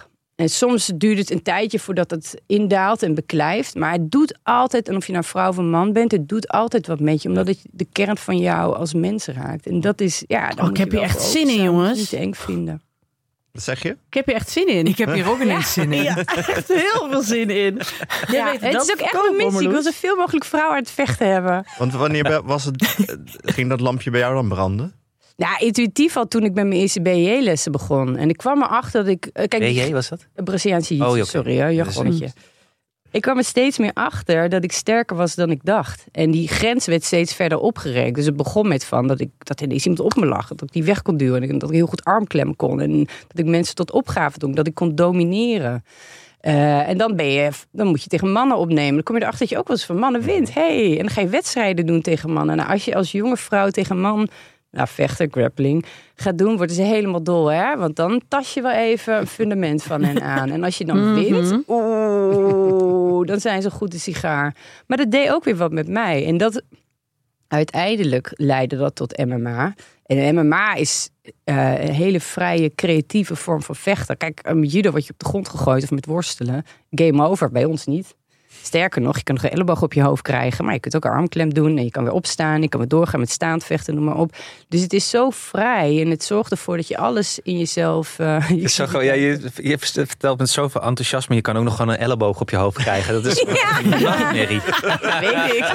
En soms duurt het een tijdje voordat het indaalt en beklijft. Maar het doet altijd, en of je nou vrouw of man bent, het doet altijd wat met je. Omdat het de kern van jou als mens raakt. En dat is, ja... Oh, ik heb hier echt zin in, jongens. Niet eng vinden. Wat zeg je? Ik heb hier echt zin in. Ik heb hier ook ineens zin in. Ja, echt heel veel zin in. Ja, weet het dat is ook echt voorkomen, een missie. Ik wil Marloes. zoveel mogelijk vrouwen aan het vechten hebben. Want wanneer was het, ging dat lampje bij jou dan branden? Nou, intuïtief al toen ik met mijn eerste B J-lessen begon. En ik kwam erachter dat ik... uh, Kijk, B J was dat? Braziliaanse jiu-jitsu, Oh, oké. sorry, hè, jargonnetje. Ik kwam er steeds meer achter dat ik sterker was dan ik dacht. En die grens werd steeds verder opgerekt. Dus het begon met van dat ik dat ineens iemand op me lag. Dat ik die weg kon duwen. En dat ik heel goed armklemmen kon. En dat ik mensen tot opgave doen. Dat ik kon domineren. Uh, en dan, ben je, dan moet je tegen mannen opnemen. Dan kom je erachter dat je ook wel eens van mannen wint. Hey, en dan ga je wedstrijden doen tegen mannen. Nou, als je als jonge vrouw tegen een man... Nou, vechten, grappling, gaat doen, worden ze helemaal dol, hè? Want dan tas je wel even een fundament van hen aan. En als je dan Mm-hmm. wint, oeh, dan zijn ze een goede sigaar. Maar dat deed ook weer wat met mij. En dat uiteindelijk leidde dat tot M M A. En M M A is uh, een hele vrije, creatieve vorm van vechten. Kijk, met judo word je op de grond gegooid of met worstelen. Game over, bij ons niet. Sterker nog, je kan nog een elleboog op je hoofd krijgen. Maar je kunt ook een armklem doen. En je kan weer opstaan. Je kan weer doorgaan met staand vechten, noem maar op. Dus het is zo vrij. En het zorgt ervoor dat je alles in jezelf... Uh, je Zo, ja, je, je vertelt met zoveel enthousiasme. Je kan ook nog gewoon een elleboog op je hoofd krijgen. Dat is Ja. een nachtmerrie. weet ik.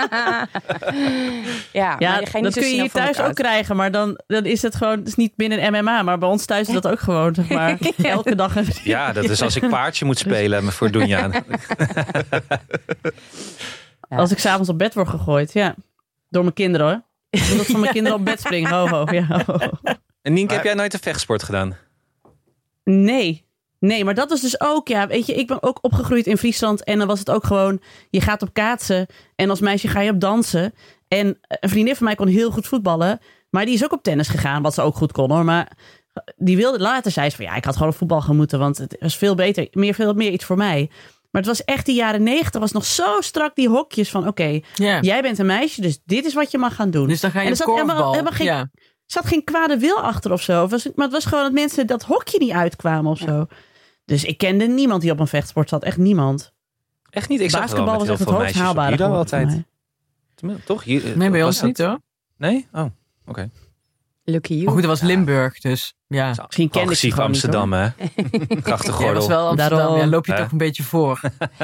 ja, Ja, maar je gaat niet dat zo kun je snel hier van thuis elkaar ook krijgen. Maar dan, dan is het gewoon, het is niet binnen M M A. Maar bij ons thuis is dat ook gewoon, zeg maar, elke dag. Een... Ja, dat is als ik paardje moet spelen voor Doenjaan. Ja. Als ik s'avonds op bed word gegooid, ja. Door mijn kinderen, hoor. Ik doe dat van mijn kinderen op bed springen. Ho, ho. Ja, ho, ho. En Nienke, heb jij nooit een vechtsport gedaan? Nee. Nee, maar dat is dus ook, ja, weet je, ik ben ook opgegroeid in Friesland en dan was het ook gewoon, je gaat op kaatsen en als meisje ga je op dansen. En een vriendin van mij kon heel goed voetballen, maar die is ook op tennis gegaan, wat ze ook goed kon, hoor. Maar die wilde, later zei ze van, ja, ik had gewoon op voetbal gaan moeten, want het was veel beter, meer, veel meer iets voor mij. Maar het was echt de jaren negentig, was nog zo strak die hokjes van, oké, okay, Ja. jij bent een meisje, dus dit is wat je mag gaan doen. Dus dan ga je En op er zat korfbal. helemaal- helemaal geen- Ja. Er zat geen kwade wil achter of zo. Het was, maar het was gewoon dat mensen dat hokje niet uitkwamen of zo. Dus ik kende niemand die op een vechtsport zat. Echt niemand. Echt niet? Ik zag Basketbal wel was met echt heel het veel hoogst meisjes op haalbare judo geworden voor altijd. Toch? Hier- Nee, bij was ons dat- niet hoor. Nee? Oh, oké. Lucky you. Maar goed, dat was Limburg, dus ja. Misschien kende ik ze Progressief gewoon niet, Amsterdam, hè? Ja, Grachtengordel. dat was wel Amsterdam. Daarom. Ja, loop je Hè? toch een beetje voor.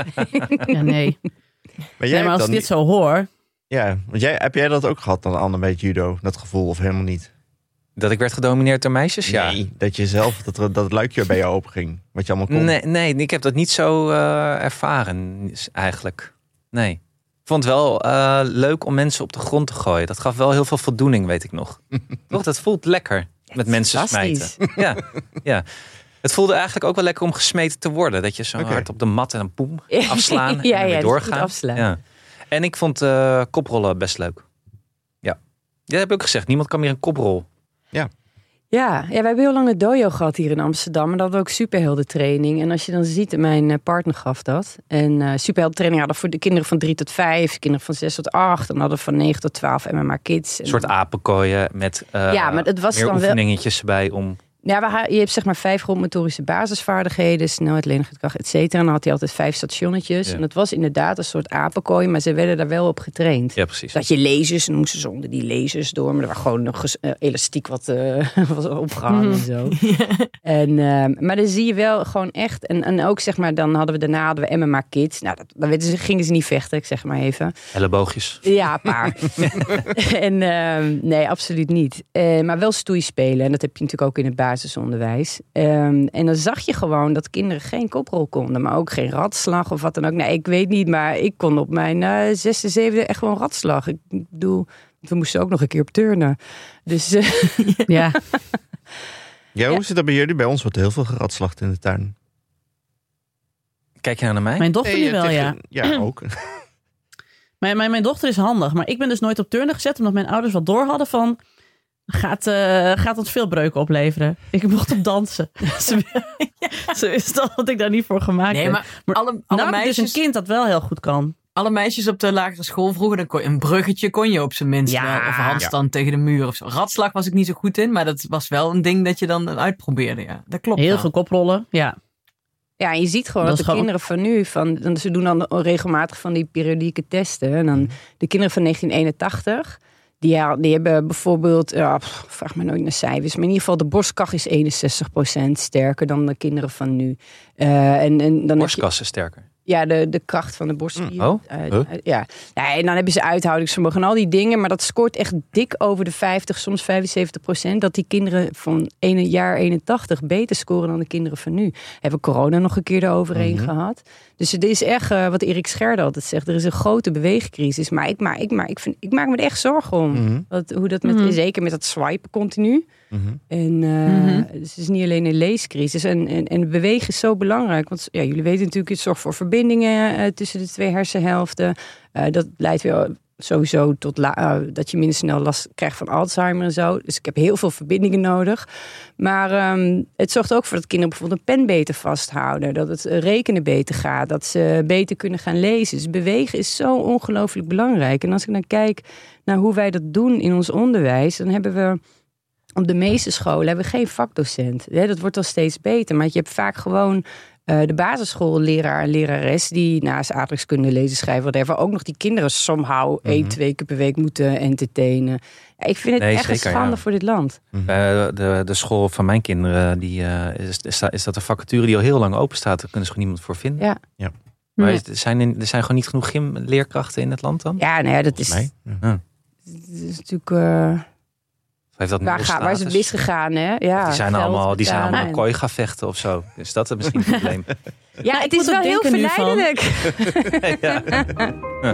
Ja, nee. Maar jij nee, maar hebt als dan ik dit zo hoor. Ja, want jij, heb jij dat ook gehad dan, Anne, met judo? Dat gevoel of helemaal niet? Dat ik werd gedomineerd door meisjes? Ja. Nee, dat je zelf, dat, er- dat het luikje bij jou opging. Wat je allemaal kon. Nee, nee, ik heb dat niet zo eh, ervaren, eigenlijk. Nee. Ik vond het wel eh, leuk om mensen op de grond te gooien. Dat gaf wel heel veel voldoening, weet ik nog. Toch, dat voelt lekker, met mensen fantastisch. smijten. Ja, ja. Het voelde eigenlijk ook wel lekker om gesmeten te worden. Dat je zo Oké. hard op de mat en dan poem afslaan en Ja, dan ja, weer dat is goed doorgaan. afslaan. Ja. En ik vond eh, koprollen best leuk. Ja. Ja, heb ik ook gezegd. Niemand kan meer een koprol. Ja, ja, we hebben heel lang een dojo gehad hier in Amsterdam. Maar dat hadden we ook superheldentraining. En als je dan ziet, mijn eh, partner gaf dat. En uh, superheldentraining hadden we voor de kinderen van drie tot vijf. Kinderen van zes tot acht. En hadden we van negen tot twaalf M M A kids. En Een soort apenkooien met eh, Ja, maar het was meer dan wel- oefeningetjes erbij om... Ja, we ha- je hebt zeg maar vijf grondmotorische basisvaardigheden. Snelheid, lenigheid, kracht, et cetera. En dan had hij altijd vijf stationnetjes. Ja. En het was inderdaad een soort apenkooi. Maar ze werden daar wel op getraind. Ja, precies. Dat je lasers, en dan moesten ze onder die lasers door. Maar er was gewoon nog ges- eh, elastiek wat eh, was opgehangen en zo. En, eh, maar dan zie je wel gewoon echt. En, en ook zeg maar, dan hadden we daarna hadden we M M A Kids. Nou, dat, dan werden ze, gingen ze niet vechten, ik zeg maar even. Elleboogjes. Ja, een paar. en eh, nee, absoluut niet. Eh, maar wel stoei spelen. En dat heb je natuurlijk ook in het basisonderwijs. Um, en dan zag je gewoon dat kinderen geen koprol konden. Maar ook geen ratslag of wat dan ook. Nee, ik weet niet. Maar ik kon op mijn uh, zesde, zevende echt gewoon ratslag. Ik bedoel, we moesten ook nog een keer op turnen. Dus uh, Ja. Ja, hoe Ja. zit dat bij jullie? Bij ons wordt heel veel geratslacht in de tuin. Kijk je nou naar mij? Mijn dochter Nee, nu wel, tegen- ja. Ja, ook. Mijn, mijn, mijn dochter is handig. Maar ik ben dus nooit op turnen gezet. Omdat mijn ouders wat door hadden van... Gaat, uh, gaat ons veel breuken opleveren. Ik mocht op dansen. ze, ze wist al dat ik daar niet voor gemaakt Nee, ben. maar Maar alle, alle, nou, meisjes, dus een kind dat wel heel goed kan. alle meisjes op de lagere school vroegen, dan kon je, een bruggetje kon je op zijn minst Ja. wel. Of een handstand tegen de muur of zo. Ratslag was ik niet zo goed in, maar dat was wel een ding dat je dan uitprobeerde. Ja, dat klopt Heel wel. veel koprollen, ja. Ja, en je ziet gewoon Dat dat, is de gewoon- kinderen van nu, van, dan, ze doen dan regelmatig van die periodieke testen. En dan de kinderen van negentien eenentachtig, die, ja, die hebben bijvoorbeeld, ja, pff, vraag me nooit naar cijfers, maar in ieder geval de borstkas is eenenzestig procent sterker dan de kinderen van nu. Uh, en, en dan Borstkassen sterker. Ja, de, de kracht van de borstspier. Oh, Uh, huh? uh, ja. ja, en dan hebben ze uithoudingsvermogen en al die dingen. Maar dat scoort echt dik over de vijftig, soms vijfenzeventig procent. Dat die kinderen van een jaar eenentachtig beter scoren dan de kinderen van nu. Hebben corona nog een keer eroverheen mm-hmm. gehad. Dus het is echt, uh, wat Erik Scherder altijd zegt, er is een grote beweegcrisis. Maar ik, maar, ik, maar, ik, vind, ik maak me er echt zorgen om. Mm-hmm. Wat, hoe dat met, mm-hmm. Zeker met dat swipen continu. Mm-hmm. En uh, mm-hmm. dus het is niet alleen een leescrisis. En, en, en bewegen is zo belangrijk. Want ja, jullie weten natuurlijk, het zorgt voor verbindingen uh, tussen de twee hersenhelften. Uh, dat leidt weer sowieso tot la- uh, dat je minder snel last krijgt van Alzheimer en zo. Dus ik heb heel veel verbindingen nodig. Maar um, het zorgt ook voor dat kinderen bijvoorbeeld een pen beter vasthouden. Dat het rekenen beter gaat. Dat ze beter kunnen gaan lezen. Dus bewegen is zo ongelooflijk belangrijk. En als ik dan kijk naar hoe wij dat doen in ons onderwijs, dan hebben we op de meeste scholen hebben we geen vakdocent. Dat wordt al steeds beter. Maar je hebt vaak gewoon uh, de basisschoolleraar en lerares die naast aardrijkskunde, lezen, schrijven, whatever, ook nog die kinderen somehow mm-hmm. één, twee keer per week moeten entertainen. Ja, ik vind het nee, echt zeker, een schande ja. voor dit land. Bij uh, de, de school van mijn kinderen, die, uh, is, is, is dat een vacature die al heel lang open staat. Daar kunnen ze gewoon niemand voor vinden. Ja. Ja. Maar er zijn, in, er zijn gewoon niet genoeg gymleerkrachten in het land dan? Ja, nou ja, dat is, mij. Ja. dat is natuurlijk Uh, Heeft dat waar, ga, waar is het misgegaan, hè? Ja, die zijn allemaal, die zijn allemaal en... kooi gaan vechten of zo. Is dat misschien het probleem? Ja, het is wel heel verleidelijk. ja. Ja.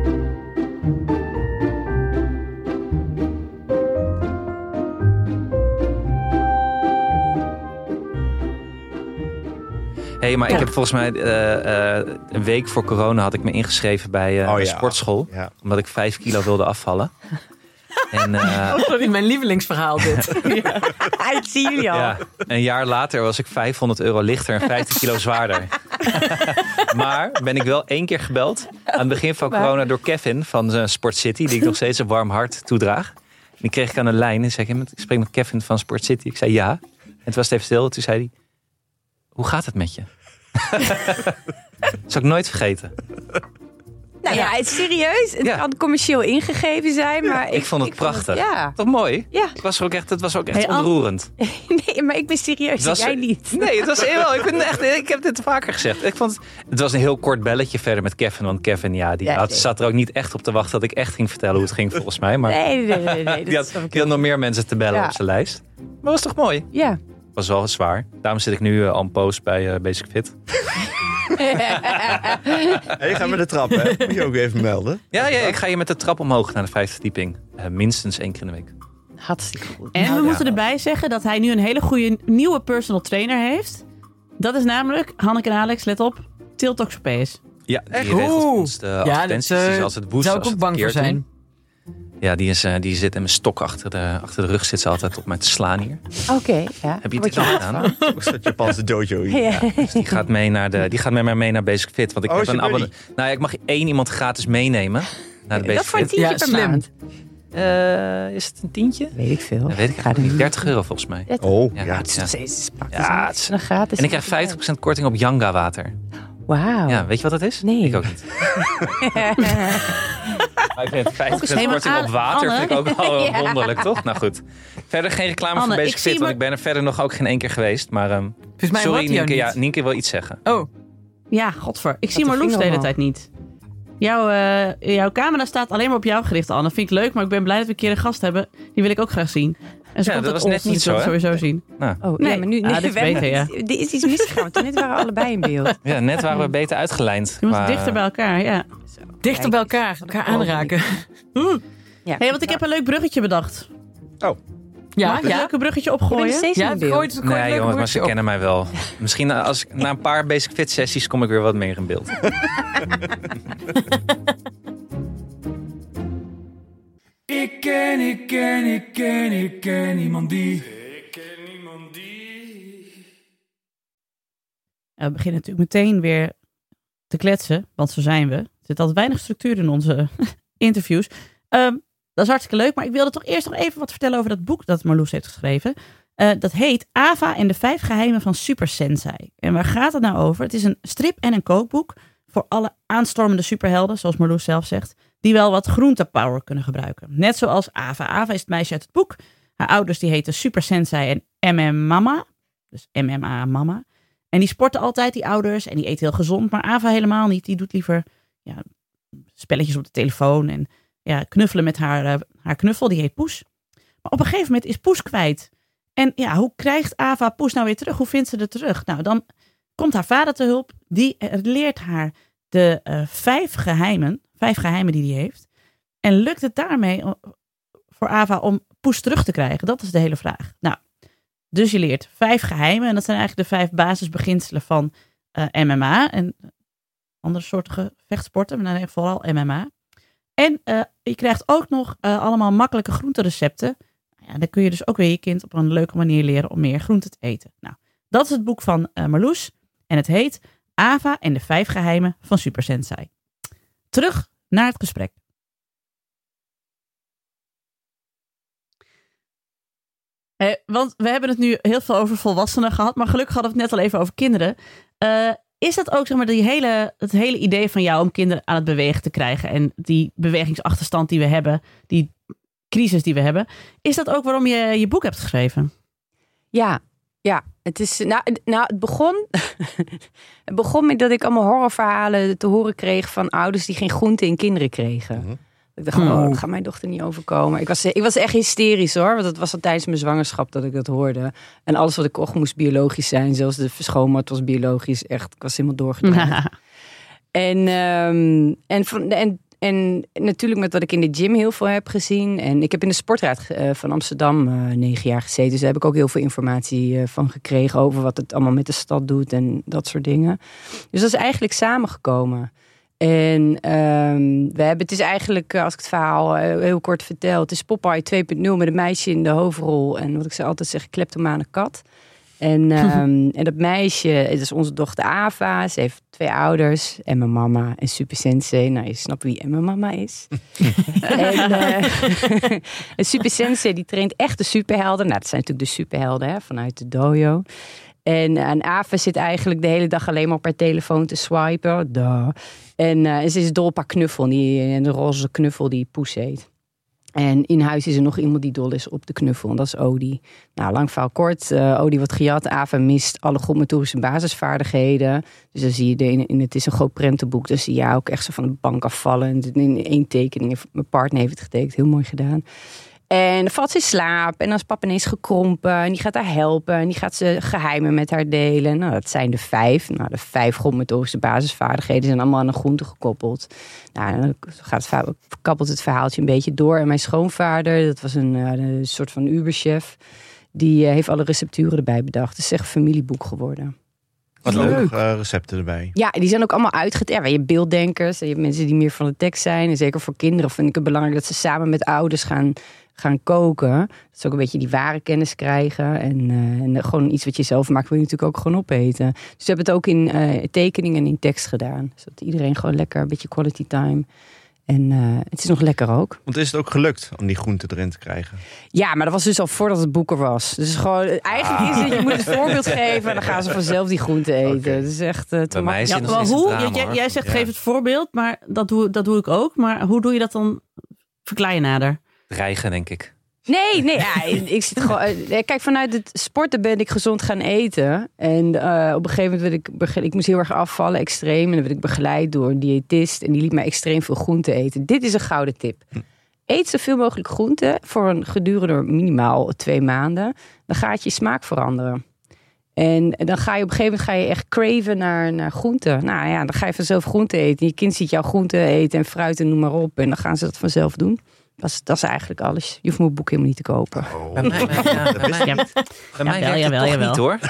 Hé, hey, maar ja. ik heb volgens mij uh, uh, een week voor corona had ik me ingeschreven bij uh, oh, een ja. sportschool. Ja. Omdat ik vijf kilo wilde afvallen. En, uh, oh, sorry, mijn lievelingsverhaal dit. ja. Ik zie jullie al. Ja. Een jaar later was ik vijfhonderd euro lichter en vijftien kilo zwaarder. Maar ben ik wel één keer gebeld aan het begin van corona door Kevin van uh, Sport City, die ik nog steeds een warm hart toedraag. En die kreeg ik aan de lijn en zei ik, ik spreek met Kevin van Sport City. Ik zei ja. En toen was het even stil. Toen zei hij, hoe gaat het met je? Dat zal ik nooit vergeten. Nou ja, het is serieus. Het ja. kan commercieel ingegeven zijn, maar... Ik, ik vond het ik prachtig. Vond het, ja. Toch mooi? Ja. Het was ook echt, het was ook echt hey, ontroerend. Nee, maar ik ben serieus. Was, jij niet. Nee, het was heel... Ik, ben echt, ik heb dit vaker gezegd. Ik vond het, het was een heel kort belletje verder met Kevin. Want Kevin, ja, die ja, had, nee. zat er ook niet echt op te wachten dat ik echt ging vertellen hoe het ging volgens mij. Maar nee, nee, nee. nee die, had, die had nog meer mensen te bellen ja. op zijn lijst. Maar was toch mooi? Ja. Was wel zwaar. Daarom zit ik nu uh, on post bij uh, Basic Fit. Hey, je gaat met de trap, hè? Moet je ook even melden. Ja, ja, ik ga je met de trap omhoog naar de vijfde verdieping. Uh, minstens één keer in de week. Hartstikke goed. En we ja. moeten erbij zeggen dat hij nu een hele goede nieuwe personal trainer heeft. Dat is namelijk, Hanneke en Alex, let op, Tiltoxopees. Ja, die Echt? regelt ons de ja, advertenties. Dat, uh, dus als het woest, zou ik ook bang voor zijn. Doen. Ja, die, is, uh, die zit in mijn stok achter de, achter de rug. Zit ze altijd op mij te slaan hier. Oké, okay, ja. Heb je het al gedaan? Hoe is dat Japanse dojo hier? Ja. Ja, dus die gaat, mee naar de, die gaat met mij mee naar Basic Fit. Want ik oh, heb een abonnement. Nou ja, ik mag één iemand gratis meenemen naar de Basic dat voor een Fit. tientje ja, per slim. maand. Uh, is het een tientje? Weet ik veel. Dat weet ik eigenlijk niet. dertig euro volgens mij. Oh, ja. ja. Het is nog steeds ja, het is nog gratis. En ik krijg vijftig procent korting op Yanga water. Wauw. Ja, weet je wat dat is? Nee. Ik ook niet. Maar ik vind vijftig procent korting op water Anne. vind ik ook wel ja. wonderlijk, toch? Nou goed. Verder geen reclame Anne, voor Basic Fit, maar... want ik ben er verder nog ook geen één keer geweest. Maar um, mij sorry, Nienke, ja, niet. Nienke wil iets zeggen. Oh. Ja, godver. Ik zie Marloes de hele tijd niet. Jouw, uh, jouw camera staat alleen maar op jou gericht, Anne. Vind ik leuk, maar ik ben blij dat we een keer een gast hebben. Die wil ik ook graag zien. En zo ja, komt dat het was net niet zo, hè? sowieso zien. Nou. Oh, nee, ja, maar nu nee, ah, dit is beter, ja. Er is iets misgegaan, want net waren we allebei in beeld. Ja, net waren we beter uitgelijnd. Je moet qua... dichter bij elkaar, ja. Zo, dichter kijk, bij elkaar, elkaar aanraken. Ja, hey, want ik heb een leuk bruggetje bedacht. Oh. Ja, Mag ik ja. een leuke bruggetje opgooien? Ja, gooit het Nee, jongens, maar ze op. kennen mij wel. Misschien als ik, na een paar Basic Fit sessies kom ik weer wat meer in beeld. Ik ken, ik ken, ik ken, ik ken iemand die. Ik ken iemand die. We beginnen natuurlijk meteen weer te kletsen, want zo zijn we. Er zit altijd weinig structuur in onze interviews. Um, dat is hartstikke leuk, maar ik wilde toch eerst nog even wat vertellen over dat boek dat Marloes heeft geschreven. Uh, dat heet Ava en de vijf geheimen van Super Sensei. En waar gaat het nou over? Het is een strip en een kookboek voor alle aanstormende superhelden, zoals Marloes zelf zegt, die wel wat groentepower kunnen gebruiken. Net zoals Ava. Ava is het meisje uit het boek. Haar ouders die heten Super Sensei en M M Mama. Dus M M A Mama. En die sporten altijd, die ouders. En die eten heel gezond. Maar Ava helemaal niet. Die doet liever ja, spelletjes op de telefoon. En ja, knuffelen met haar, uh, haar knuffel. Die heet Poes. Maar op een gegeven moment is Poes kwijt. En ja, hoe krijgt Ava Poes nou weer terug? Hoe vindt ze er terug? Nou, dan komt haar vader te hulp. Die leert haar de uh, vijf geheimen. Vijf geheimen die hij heeft. En lukt het daarmee voor Ava om Poes terug te krijgen? Dat is de hele vraag. Nou, dus je leert vijf geheimen. En dat zijn eigenlijk de vijf basisbeginselen van uh, M M A. En andere soorten vechtsporten. Maar dan vooral M M A. En uh, je krijgt ook nog uh, allemaal makkelijke groenterecepten. Ja, dan kun je dus ook weer je kind op een leuke manier leren om meer groente te eten. Nou, dat is het boek van uh, Marloes. En het heet Ava en de vijf geheimen van Super Sensei. Terug naar het gesprek. Eh, want we hebben het nu heel veel over volwassenen gehad. Maar gelukkig hadden we het net al even over kinderen. Uh, is dat ook zeg maar, die hele, het hele idee van jou om kinderen aan het bewegen te krijgen? En die bewegingsachterstand die we hebben, die crisis die we hebben. Is dat ook waarom je je boek hebt geschreven? Ja, ja. Het is, nou, nou, het begon, het begon met dat ik allemaal horrorverhalen te horen kreeg van ouders die geen groente in kinderen kregen. Mm-hmm. Ik dacht, oh, dat gaat mijn dochter niet overkomen. Ik was, ik was echt hysterisch hoor, want het was al tijdens mijn zwangerschap dat ik dat hoorde. En alles wat ik kocht moest biologisch zijn, zelfs de schoonmaat was biologisch. Echt, ik was helemaal doorgedraaid. en, um, en, en, en En natuurlijk met wat ik in de gym heel veel heb gezien. En ik heb in de sportraad van Amsterdam uh, negen jaar gezeten. Dus daar heb ik ook heel veel informatie uh, van gekregen over wat het allemaal met de stad doet en dat soort dingen. Dus dat is eigenlijk samengekomen. En um, we hebben, het is eigenlijk, als ik het verhaal heel kort vertel, het is Popeye twee punt nul met een meisje in de hoofdrol. En wat ik ze altijd zeg, kleptomane kat. En, um, en dat meisje, het is onze dochter Ava. Ze heeft twee ouders. En mijn mama en Super Sensei. Nou, je snapt wie mijn mama is. en uh, Super Sensei, die traint echt de superhelden. Nou, dat zijn natuurlijk de superhelden hè, vanuit de dojo. En, en Ava zit eigenlijk de hele dag alleen maar op haar telefoon te swipen. Duh. En uh, ze is dol op haar knuffel. Die, en de roze knuffel die Poes heet. En in huis is er nog iemand die dol is op de knuffel. En dat is Odie. Nou, lang verhaal kort. Uh, Odie wordt gejat. Ava mist alle grondmotorische basisvaardigheden. Dus dan zie je, de, in, in, het is een groot prentenboek. Dus zie je ook echt zo van de bank afvallen. En in één tekening. Mijn partner heeft het getekend. Heel mooi gedaan. En dan valt ze in slaap. En dan is papa ineens gekrompen. En die gaat haar helpen. En die gaat ze geheimen met haar delen. Nou, dat zijn de vijf. Nou, de vijf grondmotorische basisvaardigheden zijn allemaal aan een groente gekoppeld. Nou, dan gaat het, kappelt het verhaaltje een beetje door. En mijn schoonvader, dat was een, een soort van uberchef. Die heeft alle recepturen erbij bedacht. Het is echt een familieboek geworden. Wat leuk. Uh, recepten erbij. Ja, die zijn ook allemaal uitgetekend. Ja, je hebt beelddenkers. Je hebt mensen die meer van de tekst zijn. En zeker voor kinderen vind ik het belangrijk dat ze samen met ouders gaan... gaan koken. Dat ze ook een beetje die ware kennis krijgen. En, uh, en gewoon iets wat je zelf maakt, wil je natuurlijk ook gewoon opeten. Dus we hebben het ook in uh, tekening en in tekst gedaan. Zodat iedereen gewoon lekker, een beetje quality time. En uh, het is nog lekker ook. Want is het ook gelukt om die groenten erin te krijgen? Ja, maar dat was dus al voordat het boek er was. Dus gewoon, eigenlijk is het, je moet het voorbeeld geven en dan gaan ze vanzelf die groenten eten. Okay. Het is echt uh, te mij ja, maar hoe? Drama, jij, jij zegt ja. Geef het voorbeeld, maar dat doe, dat doe ik ook. Maar hoe doe je dat dan? Verklaar je nader. Dreigen, denk ik. Nee, nee, ja, ik zit gewoon. Kijk, vanuit het sporten ben ik gezond gaan eten. En uh, op een gegeven moment werd ik, ik moest heel erg afvallen, extreem. En dan werd ik begeleid door een diëtist. En die liet mij extreem veel groente eten. Dit is een gouden tip. Eet zoveel mogelijk groente voor een gedurende minimaal twee maanden. Dan gaat je smaak veranderen. En dan ga je op een gegeven moment ga je echt craven naar, naar groente. Nou ja, dan ga je vanzelf groente eten. Je kind ziet jouw groente eten en fruit en noem maar op. En dan gaan ze dat vanzelf doen. Dat is, dat is eigenlijk alles. Je hoeft mijn boek helemaal niet te kopen. Oh. Bij mij, ja, bij mij, ja. bij mij werkt het toch niet hoor.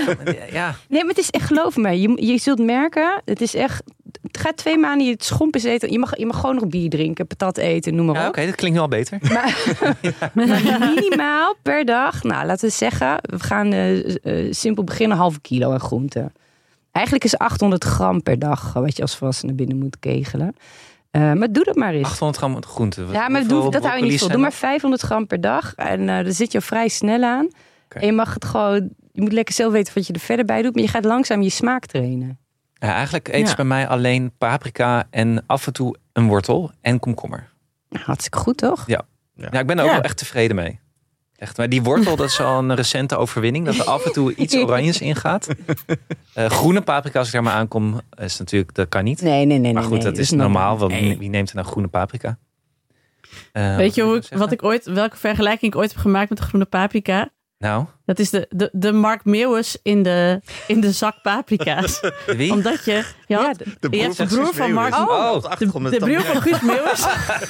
ja. Nee, maar het is echt, geloof me. Je, je zult merken, het is echt... Het gaat twee maanden je het schompens eten. Je mag, je mag gewoon nog bier drinken, patat eten, noem maar ja, op. Oké, okay, dat klinkt wel beter. Maar, ja. maar minimaal per dag, nou laten we zeggen... We gaan uh, uh, simpel beginnen, halve kilo aan groenten. Eigenlijk is achthonderd gram per dag... wat je als volwassene binnen moet kegelen. Uh, maar doe dat maar eens. achthonderd gram groente. Wat, ja, maar doe, dat hou je niet vol. Doe maar vijfhonderd gram per dag. En uh, daar zit je vrij snel aan. En je mag het gewoon... Je moet lekker zelf weten wat je er verder bij doet. Maar je gaat langzaam je smaak trainen. Ja, eigenlijk eten ze Ja. bij mij alleen paprika en af en toe een wortel en komkommer. Nou, hartstikke goed, toch? Ja, ik ben er ook Ja. wel echt tevreden mee. Echt, maar die wortel, dat is al een recente overwinning. Dat er af en toe iets oranjes in gaat. Uh, groene paprika, als ik daar maar aankom, is natuurlijk, dat kan niet. Nee, nee, nee. maar nee, goed, nee, dat is normaal. Want Nee. wie neemt er nou groene paprika? Uh, Weet je hoe ik, zeggen? wat ik ooit, welke vergelijking ik ooit heb gemaakt met de groene paprika? Nou, Dat is de, de, de Mark Meeuwis in de, in de zak paprika's. wie? Omdat je... je had, Ja, De je hebt de broer van Mark... Oh, op de achtergrond De, met de broer tandem. van Guus Meeuwis.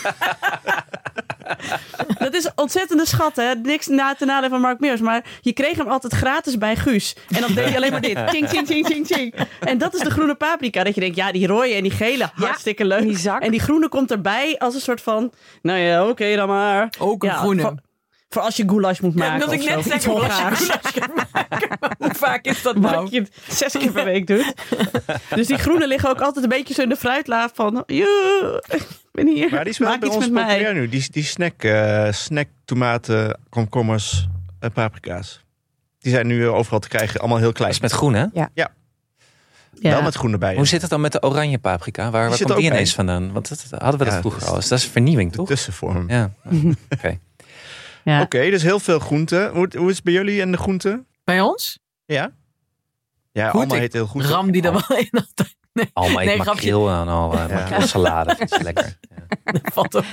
Dat is een ontzettende schat, hè? Niks na te nadelen van Mark Meeuwis. Maar je kreeg hem altijd gratis bij Guus. En dan deed hij alleen maar dit. Ching, ching, ching, ching, ching. En dat is de groene paprika. Dat je denkt, ja, die rode en die gele, hartstikke leuk. in die zak. En die groene komt erbij als een soort van... Nou ja, oké okay, dan maar. Ook een Ja, groene. Voor, voor als je goulash moet Ja, maken. dat ik of net zo. zeggen, Iets hoe als je Hongaars. goulash kunt maken. Maar hoe vaak is dat nou? Wat je het zes keer per week doet. Dus die groene liggen ook altijd een beetje zo in de fruitlaaf van... "Joe, ik ben hier, Maar die is wel maak bij iets ons met mij." populair nu. Die, die snack, uh, snack tomaten, komkommers en paprika's. Die zijn nu overal te krijgen. Allemaal heel Dat klein. is met groen, hè? Ja. Wel met groen erbij. Hoe zit het dan met de oranje paprika? Waar, waar zit komt die ook ineens bij. vandaan? Want dat, hadden we dat Ja, vroeger dat al. is- Dus dat is vernieuwing, De toch? tussenvorm. Ja, oké. Ja. Oké, dus heel veel groenten. Hoe, hoe is het bij jullie en de groenten? Bij ons? Ja? Ja, Goed, allemaal ik heet heel goed. Ram die er wel in altijd. Nee, Alma eet Nee, grapje. makreel en al. Uh, Ja. makreelsalade. Dat is lekker. Ja. dat valt op.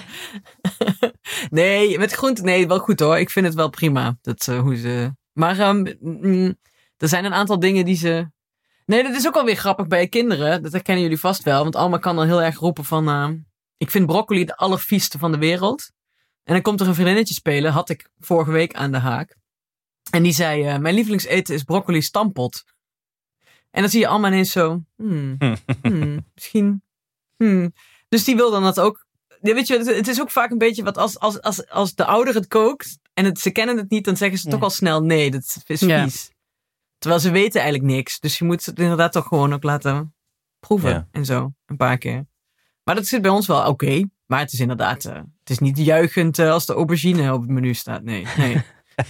Nee, met groente, nee, wel goed hoor. Ik vind het wel prima. Dat, uh, hoe ze... Maar um, mm, er zijn een aantal dingen die ze... Nee, dat is ook wel weer grappig bij kinderen. Dat herkennen jullie vast wel. Want Alma kan dan heel erg roepen van... Uh, ik vind broccoli de allervieste van de wereld. En dan komt er een vriendinnetje spelen. Had ik vorige week aan de haak. En die zei... Uh, mijn lievelingseten is broccoli stampot. En dan zie je Alma ineens zo... Hmm, hmm, misschien... Hmm. Dus die wil dan dat ook... Ja, weet je, het is ook vaak een beetje wat als, als, als, als de ouder het kookt... en het, ze kennen het niet, dan zeggen ze Ja. toch al snel... nee, dat is Ja. vies. Terwijl ze weten eigenlijk niks. Dus je moet het inderdaad toch gewoon ook laten proeven. Ja. En zo, een paar keer. Maar dat zit bij ons wel oké. Okay. Maar het is inderdaad... Uh, het is niet juichend uh, als de aubergine op het menu staat. Nee, nee.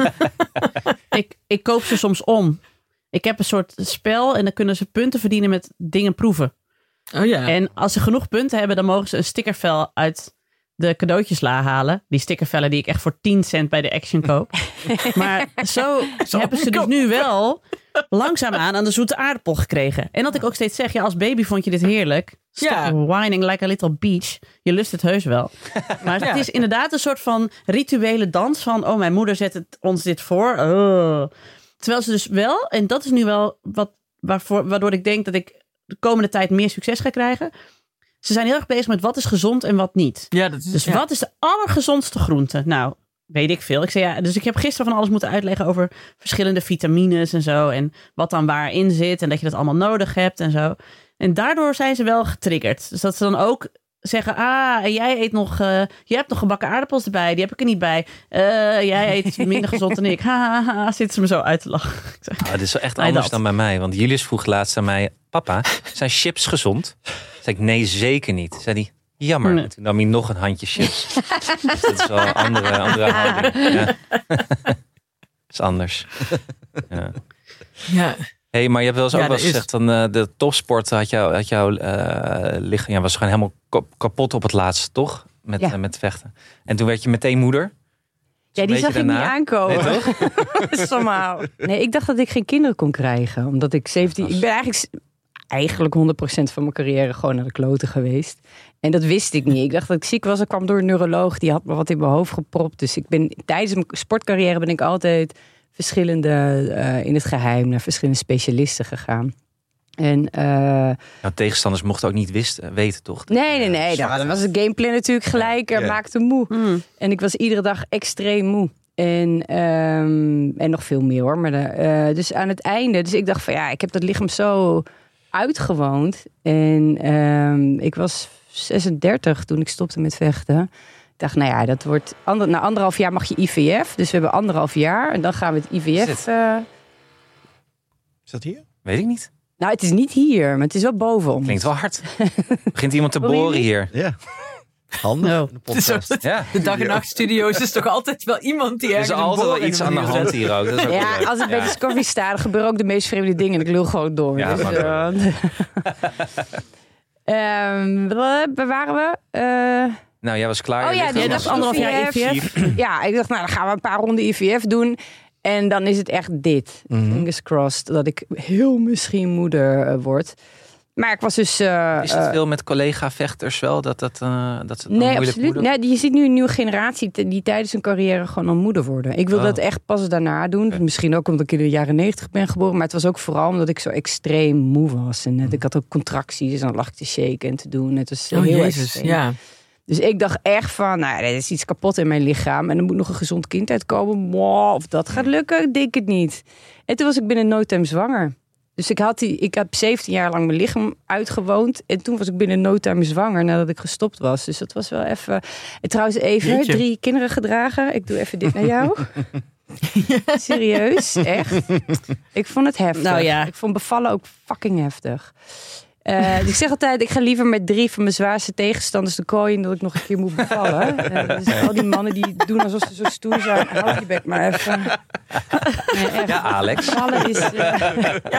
Ik, ik koop ze soms om. Ik heb een soort spel en dan kunnen ze punten verdienen met dingen proeven. Oh ja. En als ze genoeg punten hebben, dan mogen ze een stickervel uit de cadeautjesla halen. Die stickervellen die ik echt voor tien cent bij de Action koop. Maar zo, Zo hebben ze dus goedkoop. nu wel langzaamaan aan de zoete aardappel gekregen. En dat ik ook steeds zeg, ja, als baby vond je dit heerlijk. Stop Ja. whining like a little beach. Je lust het heus wel. Maar Ja. het is inderdaad een soort van rituele dans van, oh, mijn moeder zet het, ons dit voor. Oh. Terwijl ze dus wel, en dat is nu wel wat, waarvoor, waardoor ik denk dat ik de komende tijd meer succes ga krijgen. Ze zijn heel erg bezig met wat is gezond en wat niet. Ja, dat is... Dus ja. wat is de allergezondste groente? Nou, weet ik veel. Ik zei, ja, dus ik heb gisteren van alles moeten uitleggen over verschillende vitamines en zo. En wat dan waarin zit en dat je dat allemaal nodig hebt en zo. En daardoor zijn ze wel getriggerd. Dus dat ze dan ook zeggen, ah, en jij eet nog, uh, je hebt nog gebakken aardappels erbij. Die heb ik er niet bij. Uh, jij eet minder gezond dan ik. Ha, ha, ha, zitten ze me zo uit te lachen. Ik zeg, Oh, dit is wel echt Nee, anders dat. dan bij mij. Want Julius vroeg laatst aan mij... Papa, zijn chips gezond? Zei ik, nee, zeker niet. Zei hij, jammer. Nee. En toen nam hij nog een handje chips. Dus dat is wel een andere, andere houding. Ja. Dat is anders. Ja. Ja. Hey, maar je hebt wel eens Ja, ook wel er eens is- gezegd... Van, uh, de topsport had jouw had jou, uh, lichaam... Ja, was gewoon helemaal kap- kapot op het laatst, toch? Met, Ja. uh, met vechten. En toen werd je meteen moeder. Ja, Een die beetje zag ik niet daarna. aankomen. Nee, toch? Somehow. Nee, ik dacht dat ik geen kinderen kon krijgen. Omdat ik zeventien... Ik ben eigenlijk, eigenlijk honderd procent van mijn carrière gewoon naar de kloten geweest. En dat wist ik niet. Ik dacht dat ik ziek was. Ik kwam door een neuroloog. Die had me wat in mijn hoofd gepropt. Dus ik ben tijdens mijn sportcarrière ben ik altijd verschillende... Uh, in het geheim naar verschillende specialisten gegaan. En... Uh, Jouw tegenstanders mochten ook niet wist, weten, toch? nee, nee, nee. Dan was het gameplan natuurlijk gelijk. Ja. Uh, maakte moe. hmm. En ik was iedere dag extreem moe. En, um, en nog veel meer hoor. Maar de, uh, dus aan het einde. Dus ik dacht van ja, ik heb dat lichaam zo uitgewoond. En um, ik was zesendertig toen ik stopte met vechten. Ik dacht, nou ja, dat wordt... Ander, na anderhalf jaar mag je I V F. Dus we hebben anderhalf jaar. En dan gaan we het I V F... Uh, Is dat hier? Weet ik niet. nou, het is niet hier, maar het is wel boven ons. Klinkt wel hard. Begint iemand te Wil je boren niet? hier? Ja. Handig. Oh. in de podcast. Ja. De dag en nacht studio's is toch altijd wel iemand die Er ergens is een altijd boor wel in iets de aan de muur hand zet. hier ook. Dat is ook wel Ja, leuk. als het bij Ja. Discovery staat, er gebeuren ook de meest vreemde dingen. En ik lul gewoon door. Ja, dus, maar door. uh, um, waar waren we? Uh, Nou, jij was klaar. Oh Je ja, ligt die er Jij nog dacht zo. anderhalf jaar I V F. ja, ik dacht, nou, dan gaan we een paar ronden I V F doen. En dan is het echt dit. Mhm. Fingers crossed. Dat ik heel misschien moeder uh, word. Maar ik was dus... Uh, Is het uh, veel met collega-vechters wel? Dat, dat, uh, dat ze het dan Nee, moeilijk absoluut. moeder- Nee, je ziet nu een nieuwe generatie t- die tijdens hun carrière gewoon al moeder worden. Ik wil Oh. dat echt pas daarna doen. Oké. Misschien ook omdat ik in de jaren negentig ben geboren. Maar het was ook vooral omdat ik zo extreem moe was. En net, ik had ook contracties en dan lag ik te shaken en te doen. Het was Oh heel jezus, extreem. ja. Dus ik dacht echt van, nou, er is iets kapot in mijn lichaam. En er moet nog een gezond kind uitkomen. Wow, of dat gaat lukken, ik denk het niet. En toen was ik binnen no time zwanger. Dus ik, had die, ik heb zeventien jaar lang mijn lichaam uitgewoond. En toen was ik binnen no time zwanger nadat ik gestopt was. Dus dat was wel even... En trouwens even, Jeetje. drie kinderen gedragen. Ik doe even dit naar jou. Serieus, echt. Ik vond het heftig. Nou ja. Ik vond bevallen ook fucking heftig. Uh, dus ik zeg altijd, ik ga liever met drie van mijn zwaarste tegenstanders de kooi in dat ik nog een keer moet bevallen. Uh, dus al die mannen die doen alsof ze zo stoer zijn, hou je bek maar even. Nee, echt. Ja, Alex. Bevallen is, uh,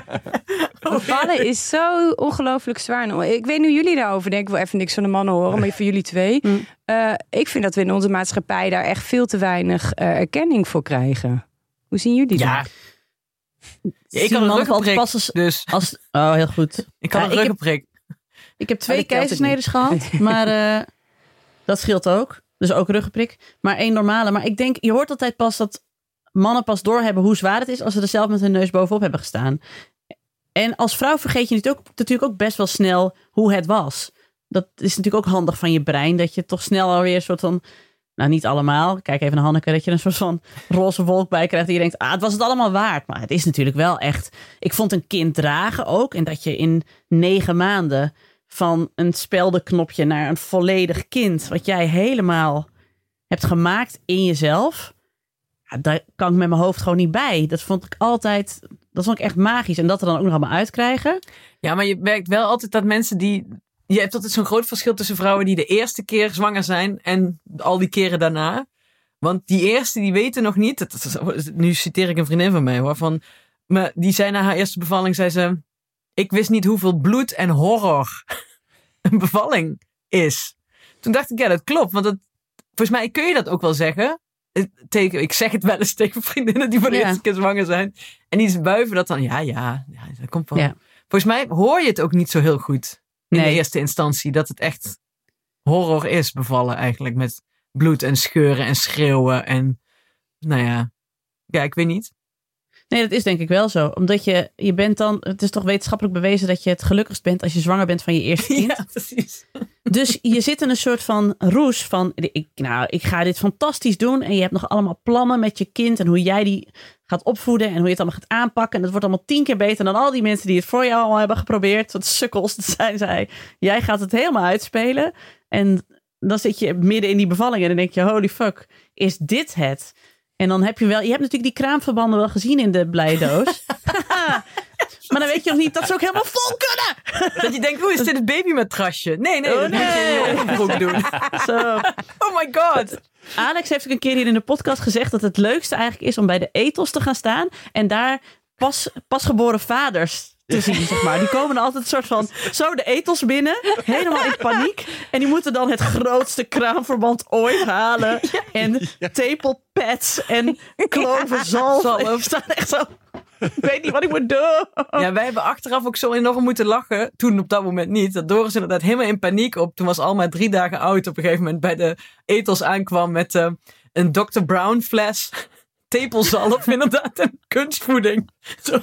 bevallen is zo ongelooflijk zwaar. Nou, ik weet nu jullie daarover denken, ik wil even niks van de mannen horen, maar voor jullie twee. Mm. Uh, ik vind dat we in onze maatschappij daar echt veel te weinig uh, erkenning voor krijgen. Hoe zien jullie Ja. dat? Ja, ik had een ruggenprik, pas als, dus als... Oh, heel goed. ik had Ja, een ik heb- ruggenprik. Ik heb twee dat telt het keizersneden gehad, maar uh, dat scheelt ook. Dus ook ruggenprik. Maar één normale. Maar ik denk, je hoort altijd pas dat mannen pas doorhebben hoe zwaar het is als ze er zelf met hun neus bovenop hebben gestaan. En als vrouw vergeet je natuurlijk ook, natuurlijk ook best wel snel hoe het was. Dat is natuurlijk ook handig van je brein, dat je toch snel alweer een soort van... Nou, niet allemaal. Kijk even naar Hanneke, dat je een soort van roze wolk bij krijgt. En je denkt, ah, het was het allemaal waard. Maar het is natuurlijk wel echt... Ik vond een kind dragen ook. En dat je in negen maanden van een speldenknopje naar een volledig kind... wat jij helemaal hebt gemaakt in jezelf... Ja, daar kan ik met mijn hoofd gewoon niet bij. Dat vond ik altijd... Dat vond ik echt magisch. En dat er dan ook nog allemaal uitkrijgen. Ja, maar je merkt wel altijd dat mensen die... Je hebt altijd zo'n groot verschil tussen vrouwen die de eerste keer zwanger zijn en al die keren daarna. Want die eerste, die weten nog niet... Dat is, nu citeer ik een vriendin van mij hoor. Van, maar die zei na haar eerste bevalling, zei ze... Ik wist niet hoeveel bloed en horror een bevalling is. Toen dacht ik, ja, dat klopt. Want dat, volgens mij kun je dat ook wel zeggen. Tegen, ik zeg het wel eens tegen vriendinnen die voor de Ja. eerste keer zwanger zijn. En die buiven dat dan. Ja, ja, ja dat komt wel. Ja. Volgens mij hoor je het ook niet zo heel goed. In Nee. de eerste instantie. Dat het echt horror is bevallen eigenlijk. Met bloed en scheuren en schreeuwen. En nou ja. Ja, ik weet niet. Nee, dat is denk ik wel zo. Omdat je, je bent dan... Het is toch wetenschappelijk bewezen dat je het gelukkigst bent als je zwanger bent van je eerste kind. Ja, precies. Dus je zit in een soort van roes van... Ik, nou, ik ga dit fantastisch doen. En je hebt nog allemaal plannen met je kind. En hoe jij die gaat opvoeden. En hoe je het allemaal gaat aanpakken. En dat wordt allemaal tien keer beter dan al die mensen die het voor jou al hebben geprobeerd. Wat sukkels, dat zijn zij. Jij gaat het helemaal uitspelen. En dan zit je midden in die bevalling. En dan denk je, holy fuck, is dit het? En dan heb je wel... Je hebt natuurlijk die kraamverbanden wel gezien in de blijdoos. Maar dan weet je nog niet dat ze ook helemaal vol kunnen. Dat je denkt, hoe is dit het babymatrasje? Nee, nee, Oh, dat moet je in je onderbroek doen. Zo. Oh my god. Alex heeft ook een keer hier in de podcast gezegd dat het leukste eigenlijk is om bij de ethos te gaan staan en daar pas, pasgeboren vaders te zien, zeg maar. Die komen dan altijd een soort van zo de ethos binnen, helemaal in paniek. En die moeten dan het grootste kraamverband ooit halen. En tepelpads en klovenzalf. Zalf. En die staan echt zo... Ik weet niet wat ik moet doen. Ja, wij hebben achteraf ook zo enorm moeten lachen. Toen op dat moment niet. Dat Doris inderdaad helemaal in paniek op. Toen was Alma drie dagen oud. Op een gegeven moment bij de ethos aankwam met uh, een dokter Brown fles. Tepelzalf inderdaad. En kunstvoeding. Zo.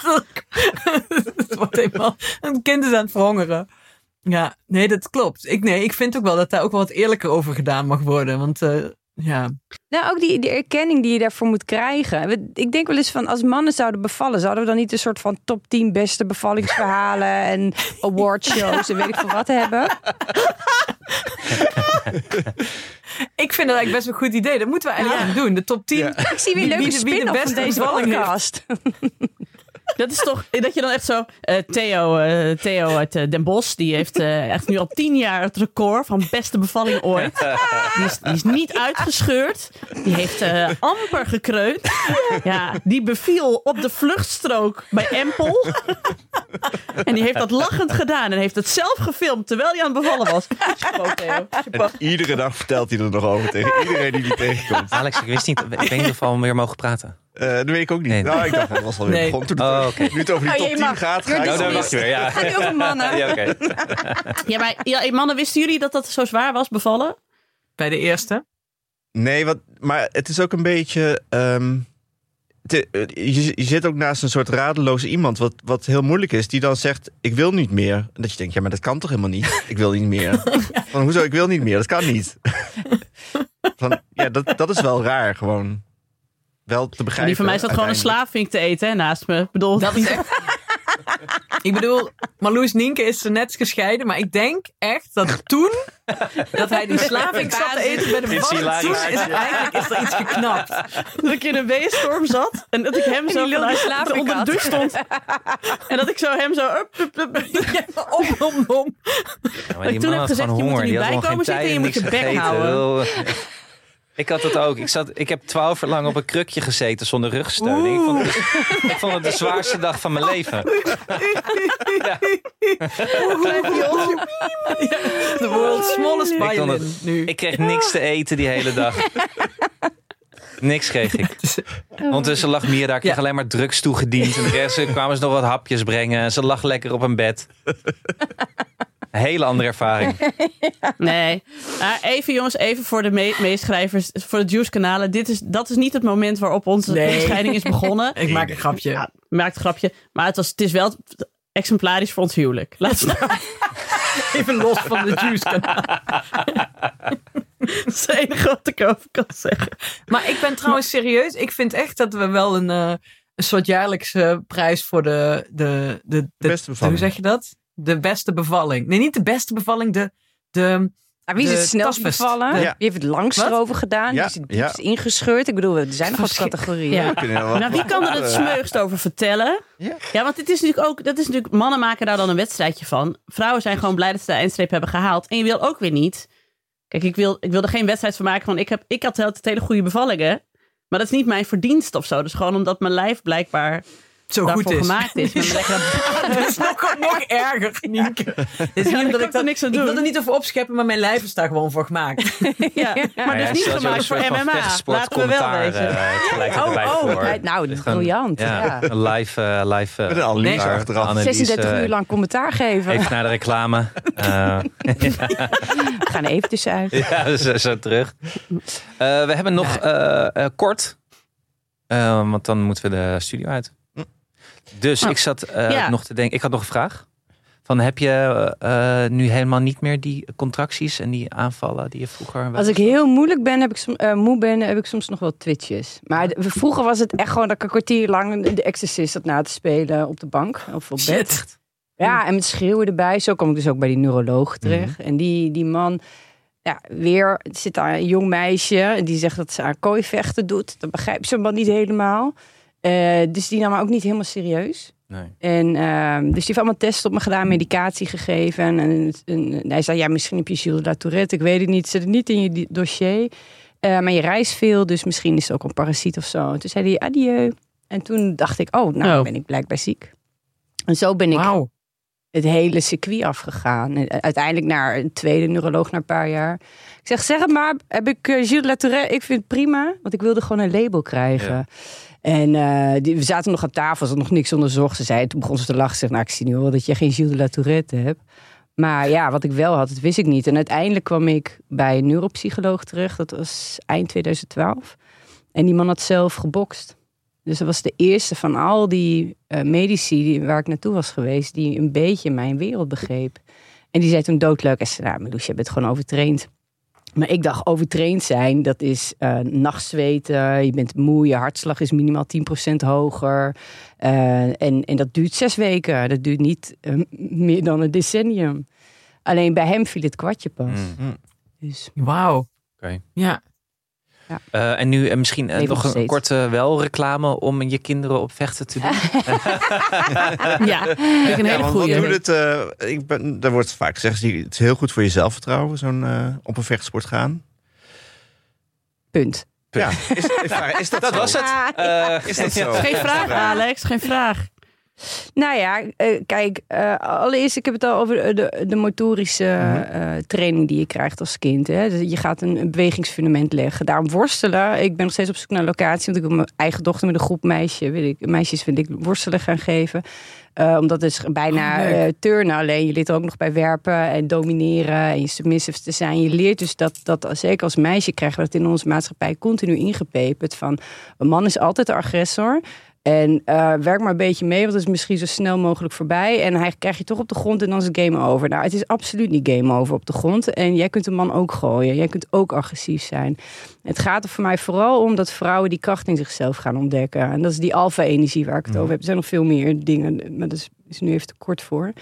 Het wordt helemaal... Een kind is aan het verhongeren. Ja, nee, dat klopt. Ik, nee, ik vind ook wel dat daar ook wel wat eerlijker over gedaan mag worden. Want uh, ja... Nou, ook die, die erkenning die je daarvoor moet krijgen. We- Ik denk wel eens van, als mannen zouden bevallen, zouden we dan niet een soort van top tien beste bevallingsverhalen en awardshows en weet ik veel wat hebben? Ik vind dat eigenlijk best een goed idee. Dat moeten we eigenlijk doen. De top tien. Ik zie weer Wie- leuke wie de- wie de spin-off beste van deze bevalling heeft. podcast. Dat is toch, dat je dan echt zo... Uh, Theo, uh, Theo uit uh, Den Bosch, die heeft uh, echt nu al tien jaar het record van beste bevalling ooit. Die is, die is niet uitgescheurd. Die heeft uh, amper gekreund. Ja, die beviel op de vluchtstrook bij Empel. En die heeft dat lachend gedaan en heeft het zelf gefilmd terwijl hij aan het bevallen was. Chapeau, Theo. Chapeau. En iedere dag vertelt hij er nog over tegen iedereen die die tegenkomt. Alex, ik wist niet, ik weet niet of we al meer mogen praten. Uh, dat weet ik ook niet. Nee. Nou, ik dacht dat was alweer Nee. begonnen. Toen Oh, het oké. nu het over die Oh, top je tien mag. gaat, ga You're ik... Oh, dan wacht je weer, ja. Het gaat niet over mannen. Ja, oké. Ja, maar ja, mannen, wisten jullie dat dat zo zwaar was, bevallen? Bij de eerste. Nee, wat, maar het is ook een beetje... Um, te, je, je zit ook naast een soort radeloze iemand, wat, wat heel moeilijk is, die dan zegt, ik wil niet meer. En dat je denkt, ja, maar dat kan toch helemaal niet? Ik wil niet meer. Van, hoezo, ik wil niet meer? Dat kan niet. Van, ja, dat, dat is wel raar, gewoon. Wel te begrijpen. En die van mij zat gewoon een slaafvink te eten hè, naast me. Ik bedoel, Dat is echt... Ik bedoel, Marloes Nienke is er net gescheiden, maar ik denk echt dat toen dat hij die slaving zat te eten bij de bevalling, toen is eigenlijk is er iets geknapt. dat ik in een weeënstorm zat en dat ik hem zo die lul die vanuit slaapvink onder de had. douche stond. En dat ik zo hem zo... Up, up, up, om, om, om. Ja, maar die toen man heb had gezegd, gewoon je moet honger. er Die niet had bij gewoon komen geen zitten, tijd je en moet niks je bek gegeten. houden. Wil- Ik had het ook. Ik, zat, ik heb twaalf uur lang op een krukje gezeten zonder rugsteun. Ik vond, het, ik vond het de zwaarste dag van mijn leven. The world's smallest Ik, vond violin het- nu. ik kreeg niks te eten die hele dag. Niks kreeg ik. Ondertussen lag Mira, ik kreeg Ja. alleen maar drugs toegediend. En de rest kwamen ze nog wat hapjes brengen. En ze lag lekker op een bed. Een hele andere ervaring. Nee. Maar even jongens, even voor de me- meeschrijvers, voor de Juice-kanalen. Dit is, dat is niet het moment waarop onze Nee. scheiding is begonnen. Ik maak een grapje. Ja, maakt een grapje. Maar het, was, het is wel exemplarisch voor ons huwelijk. Laat het nou. Even los van de Juice-kanaal. Dat is het enige wat ik over kan zeggen. Maar ik ben trouwens serieus. Ik vind echt dat we wel een, uh, een soort jaarlijkse prijs voor de, de, de, de, beste bevalling. Hoe zeg je dat? De beste bevalling. Nee, niet de beste bevalling. De, de, Maar wie is de het snelst toughest. bevallen? De- Wie heeft het langst Wat? erover gedaan? Ja, Wie is het diepst ja. ingescheurd? Ik bedoel, er zijn nog wat Verschil- categorieën. Ja. Kunnen we wel- Nou, wie kan er het smeugst over vertellen? Ja. Ja, want dit is natuurlijk ook, dat is natuurlijk, mannen maken daar dan een wedstrijdje van. Vrouwen zijn gewoon blij dat ze de eindstreep hebben gehaald. En je wil ook weer niet. Kijk, ik wil, ik wil er geen wedstrijd van maken van, ik, heb, ik had altijd hele goede bevallingen. Maar dat is niet mijn verdienst of zo. Dus gewoon omdat mijn lijf blijkbaar zo daarvoor goed is. gemaakt is. Met lekker- Dat is nog, nog erger, Nienke. Het is niet daar omdat kan ik, ik dat, er niks aan ik wil doen. er niet over opscheppen, maar mijn lijf is daar gewoon voor gemaakt. ja, maar dus niet gemaakt voor M M A. Laten we wel wezen. Gelijk Oh, erbij oh, voor. hij- nou, Dit is gewoon- briljant. Ja, Ja. een live, uh, live uh, Met een analyse daar, achteraf. analyse, zesendertig uur lang commentaar geven. Even naar de reclame. Uh, We gaan er even tussenuit. ja, zo, zo terug. Uh, we hebben nog uh, uh, kort. Uh, want dan moeten we de studio uit. Dus Oh. ik zat uh, Ja. nog te denken. Ik had nog een vraag. Van, heb je uh, nu helemaal niet meer die contracties en die aanvallen die je vroeger... wel Als ik eens had? heel moeilijk ben, heb ik som, uh, moe ben, heb ik soms nog wel twitches. Maar de- vroeger was het echt gewoon dat ik een kwartier lang de Exorcist zat na te spelen op de bank of op bed. Shit. Ja, en met schreeuwen erbij. Zo kom ik dus ook bij die neuroloog terecht. En die, die man, ja, weer zit daar een jong meisje en die zegt dat ze aan kooivechten doet. Dat begrijpt ze maar niet helemaal. Uh, dus die nam me ook niet helemaal serieus. Nee. En uh, dus die heeft allemaal tests op me gedaan, medicatie gegeven. En, en, en hij zei, ja, misschien heb je Gilles de la Tourette. Ik weet het niet, zit het niet in je dossier. Uh, maar je reist veel, dus misschien is het ook een parasiet of zo. En toen zei hij, adieu. En toen dacht ik, oh, nou Oh. ben ik blijkbaar ziek. En zo ben ik Wauw. het hele circuit afgegaan. En uiteindelijk naar een tweede neuroloog na een paar jaar. Ik zeg, zeg het maar, heb ik uh, Gilles de la Tourette? Ik vind het prima, want ik wilde gewoon een label krijgen. Ja. En uh, die, we zaten nog aan tafel, ze had nog niks onderzocht. Ze zei, toen begon ze te lachen. Ze zei, nou, ik zie nu wel dat je geen Gilles de la Tourette hebt. Maar ja, wat ik wel had, dat wist ik niet. En uiteindelijk kwam ik bij een neuropsycholoog terecht. Dat was eind twintig twaalf. En die man had zelf gebokst. Dus dat was de eerste van al die uh, medici die, waar ik naartoe was geweest, die een beetje mijn wereld begreep. En die zei toen doodleuk, en zei, nou, Marloes, je bent gewoon overtraind. Maar ik dacht, overtraind zijn, dat is uh, nachtzweten, je bent moe, je hartslag is minimaal tien procent hoger. Uh, en, en dat duurt zes weken, dat duurt niet uh, meer dan een decennium. Alleen bij hem viel het kwartje pas. Mm. Dus Wauw. Oké. Ja. Ja. Uh, en nu uh, misschien uh, Leef nog nog een steeds. korte wel reclame om je kinderen op vechten te doen. Ja, dat is een hele Ja, want wat goeie. doet het? Uh, ik ben, daar wordt vaak gezegd, het is heel goed voor je zelfvertrouwen, zo'n uh, op een vechtsport gaan. Punt. Ja, is, is, is dat, Dat zo? was het. Uh, Is dat zo? Geen vraag, Alex, geen vraag. Nou ja, uh, kijk, uh, allereerst, ik heb het al over de, de motorische uh, training die je krijgt als kind. Hè. Dus je gaat een, een bewegingsfundament leggen. Daarom worstelen. Ik ben nog steeds op zoek naar locatie, want ik wil mijn eigen dochter met een groep meisje, wil ik, meisjes wil ik worstelen gaan geven. Uh, omdat het is bijna Oh, uh, turnen, alleen je leert er ook nog bij werpen en domineren en je submissive te zijn. Je leert dus dat, dat zeker als meisje krijgen we dat in onze maatschappij continu ingepeperd van een man is altijd de agressor. En uh, werk maar een beetje mee, want het is misschien zo snel mogelijk voorbij. En hij krijg je toch op de grond en dan is het game over. Nou, het is absoluut niet game over op de grond. En jij kunt een man ook gooien. Jij kunt ook agressief zijn. Het gaat er voor mij vooral om dat vrouwen die kracht in zichzelf gaan ontdekken. En dat is die alfa-energie waar ik het over heb. Er zijn nog veel meer dingen, maar dat is, is nu even te kort voor.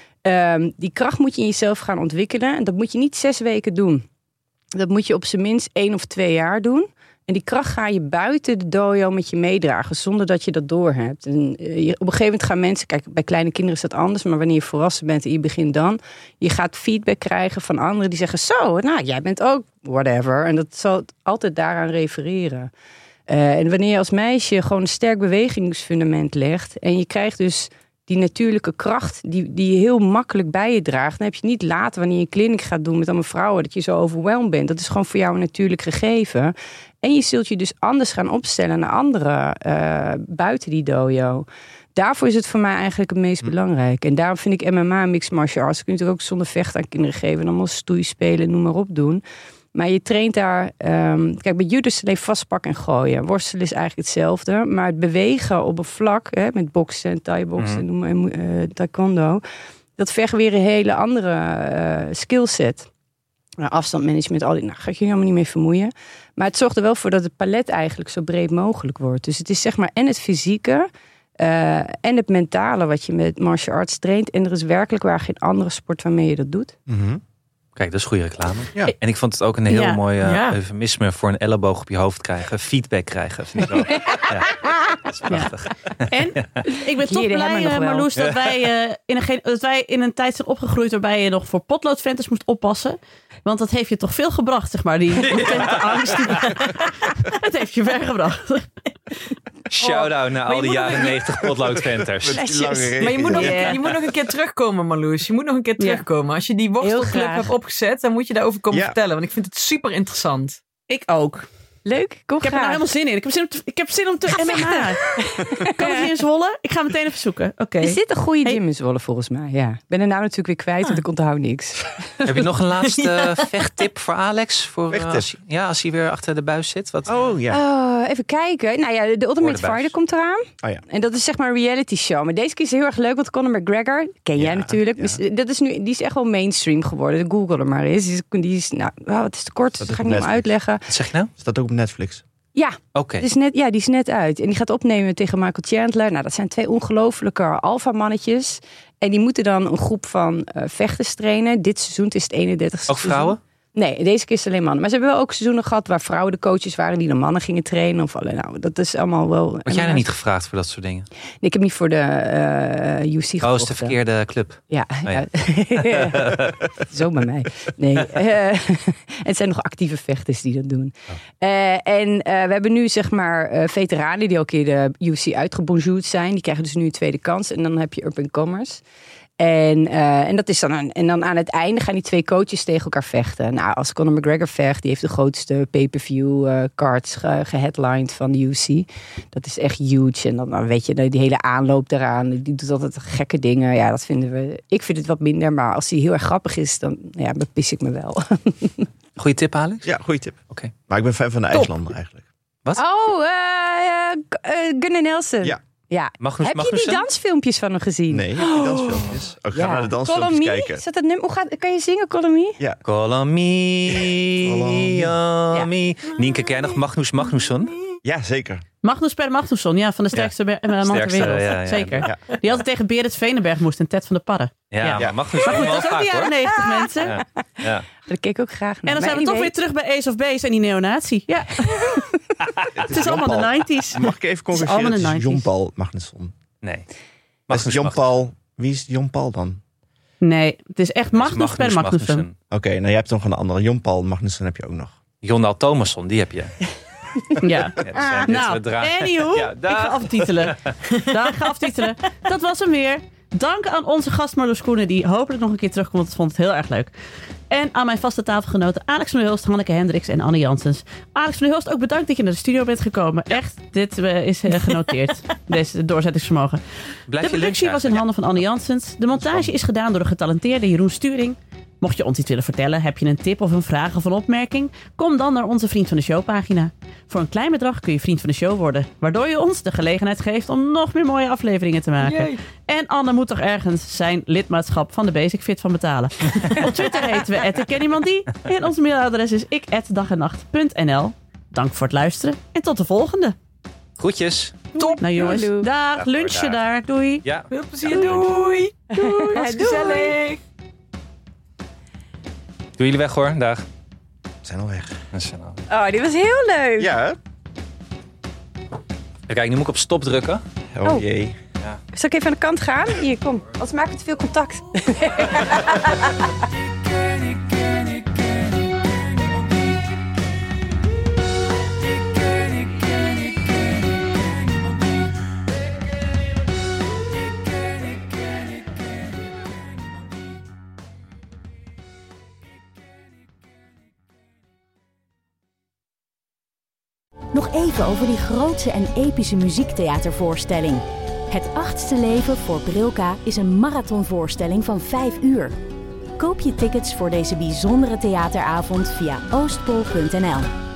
Um, die kracht moet je in jezelf gaan ontwikkelen. En dat moet je niet zes weken doen. Dat moet je op zijn minst één of twee jaar doen. En die kracht ga je buiten de dojo met je meedragen, zonder dat je dat doorhebt. En uh, je, op een gegeven moment gaan mensen, kijk, bij kleine kinderen is dat anders, maar wanneer je volwassen bent en je begint dan, je gaat feedback krijgen van anderen die zeggen, zo, nou, jij bent ook whatever. En dat zal altijd daaraan refereren. Uh, en wanneer je als meisje gewoon een sterk bewegingsfundament legt en je krijgt dus die natuurlijke kracht die, die je heel makkelijk bij je draagt, dan heb je niet later wanneer je een clinic gaat doen met allemaal vrouwen dat je zo overweldigd bent. Dat is gewoon voor jou een natuurlijk gegeven. En je zult je dus anders gaan opstellen naar anderen uh, buiten die dojo. Daarvoor is het voor mij eigenlijk het meest hm. belangrijk. En daarom vind ik M M A, mixed martial arts, kun je natuurlijk ook zonder vechten aan kinderen geven en allemaal stoei spelen, noem maar op doen. Maar je traint daar, um, kijk, bij judo is het alleen vastpakken en gooien. Worstelen is eigenlijk hetzelfde. Maar het bewegen op een vlak, hè, met boksen en thai-boksen mm. en uh, taekwondo, dat vergt weer een hele andere uh, skillset. Uh, afstandmanagement, al die, nou, ga ik je helemaal niet mee vermoeien. Maar het zorgt er wel voor dat het palet eigenlijk zo breed mogelijk wordt. Dus het is zeg maar en het fysieke uh, en het mentale wat je met martial arts traint. En er is werkelijk waar geen andere sport waarmee je dat doet. Mm-hmm. Kijk, dat is goede reclame. Ja. En ik vond het ook een heel Ja. mooi uh, Ja. eufemisme voor een elleboog op je hoofd krijgen. Feedback krijgen. Vind ik wel. Ja, dat is prachtig. En ik ben toch Jullie blij, hebben nog uh, wel. Marloes, dat wij, uh, in een, dat wij in een tijd zijn opgegroeid waarbij je nog voor potloodventers moest oppassen. Want dat heeft je toch veel gebracht, zeg maar. Die latente angst. Die... dat heeft je ver gebracht. Shout-out naar al je die moet jaren nog- negentig potloodventers. Met die lange Netjes. regen. Maar je moet, nog, Ja. je moet nog een keer terugkomen, Marloes. Je moet nog een keer Ja. terugkomen. Als je die worstelclub graag. hebt opgezet, dan moet je daarover komen Ja. vertellen. Want ik vind het super interessant. Ik ook. Leuk, kom Ik heb er nou helemaal zin in. Ik heb zin om te, ik heb zin om te M M A. Kan het hier in Zwolle? Ik ga meteen even zoeken. Oké. Okay. Is dit een goede Hey. gym in Zwolle volgens mij? Ja. Ik ben er nou natuurlijk weer kwijt, want ik onthoud niks. Heb je nog een laatste vechttip voor Alex? Voor, uh, Vechttip? als, ja, als hij weer achter de buis zit. Wat, Oh ja. Oh, even kijken. Nou ja, de Ultimate Voor de buis. Fighter komt eraan. Oh ja. En dat is zeg maar een reality show. Maar deze keer is heel erg leuk, want Conor McGregor, ken jij Ja, natuurlijk. ja. Dus dat is nu, die is echt wel mainstream geworden. Google er maar eens. Die is, die is nou, oh, het is te kort. Dat Dat is ga ik op niet meer Netflix. uitleggen. wat zeg je nou? Staat ook op Netflix. Ja, Oké. het is net, ja, die is net uit. En die gaat opnemen tegen Michael Chandler. Nou, dat zijn twee ongelofelijke alfamannetjes. En die moeten dan een groep van uh, vechters trainen. Dit seizoen het is het eenendertigste Ook vrouwen? Nee, deze keer is het alleen mannen. Maar ze hebben wel ook seizoenen gehad waar vrouwen de coaches waren die de mannen gingen trainen. Of alleen, nou, dat is allemaal wel. Word jij nou niet gevraagd voor dat soort dingen? Nee, ik heb niet voor de uh, U C gevochten. Oh, is de verkeerde club. Ja, Oh ja. ja. Zo bij mij. Nee, uh, het zijn nog actieve vechters die dat doen. Oh. Uh, en uh, we hebben nu zeg maar uh, veteranen die ook in de U C uitgebonjourd zijn. Die krijgen dus nu een tweede kans. En dan heb je up-and-comers. En, uh, en dat is dan een, en dan aan het einde gaan die twee coaches tegen elkaar vechten. Nou, als Conor McGregor vecht, die heeft de grootste pay-per-view uh, cards ge, geheadlined van de U C. Dat is echt huge. En dan, dan weet je, die hele aanloop daaraan, die doet altijd gekke dingen. Ja, dat vinden we. Ik vind het wat minder, maar als die heel erg grappig is, dan ja, bepis ik me wel. Goeie tip, Alex? Ja, goede tip. Oké. Maar ik ben fan van de Top. IJslander eigenlijk. Oh, uh, uh, Gunnar Nelson. Ja. Ja. Magnus, Heb je Magnussen? die dansfilmpjes van hem gezien? Nee, ik heb die dansfilmpjes. Oh, ik ga naar de dansfilmpjes Call on Me? kijken. Is dat het nummer? Hoe gaat, kan je zingen, Call on Me? Ja. Call on me, Call on me. on me. Nienke, ken jij nog Magnus Magnusson? Ja, zeker. Magnus Per Magnusson, ja, van de sterkste ja. be- uh, man ter wereld. Ja, ja, Zeker. Ja. Die altijd tegen Berend Venenberg moest en Ted van de Padden. Ja, Ja. maar Magnus Maar goed, wel dat is ook vaak, de jaren hoor. negentig, mensen. Ja. Ja. Dat keek ik ook graag naar. En dan zijn we Maar toch weer anyway, terug bij Ace of Base en die neonatie. Ja, het is allemaal de negentig. Mag ik even Het is corrigeren? allemaal Het de is negentig. John Paul Magnusson. Nee. Dat is Magnus John Magnus. Paul. Wie is John Paul dan? Nee, het is echt Magnus Per Magnusson. Oké, nou jij hebt nog een andere. John Paul Magnusson heb je ook nog. Jondal Thomasson, die heb je. Ja. Ja, dat zijn dit Nou, we dragen. anywho, Ja, ik dag. ga aftitelen. Daar ga aftitelen. Dat was hem weer. Dank aan onze gast Marloes Koenen, die hopelijk nog een keer terugkomt, want ik vond het heel erg leuk. En aan mijn vaste tafelgenoten Alex van der Hulst, Hanneke Hendricks en Anne Janssens. Alex van der Hulst, ook bedankt dat je naar de studio bent gekomen. Echt, dit uh, is uh, genoteerd. Deze doorzettingsvermogen. Blijf De je productie was in lunchen handen van Anne Janssens. De montage is gedaan door de getalenteerde Jeroen Sturing. Mocht je ons iets willen vertellen, heb je een tip of een vraag of een opmerking? Kom dan naar onze Vriend van de Show pagina. Voor een klein bedrag kun je Vriend van de Show worden. Waardoor je ons de gelegenheid geeft om nog meer mooie afleveringen te maken. Yay. En Anne moet toch ergens zijn lidmaatschap van de Basic Fit van betalen. Op Twitter heten we at ikkenniemandie. En ons mailadres is ik at dagennacht punt n l. Dank voor het luisteren en tot de volgende. Groetjes. Top. Nou jongens, Doei. dag, Dag, lunchen hoor, daar. Doei. Ja. Veel plezier. Doei. Doei. was gezellig. Doe jullie weg hoor. Dag. We zijn al weg. Dat is nou- Oh, die was heel leuk. Ja, hè? Kijk, nu moet ik op stop drukken. Oh, Oh. jee. Zal ik even aan de kant gaan? Hier, kom. Anders maken we te veel contact. Nog even over die grootse en epische muziektheatervoorstelling. Het achtste leven voor Brilka is een marathonvoorstelling van vijf uur. Koop je tickets voor deze bijzondere theateravond via oostpol punt n l.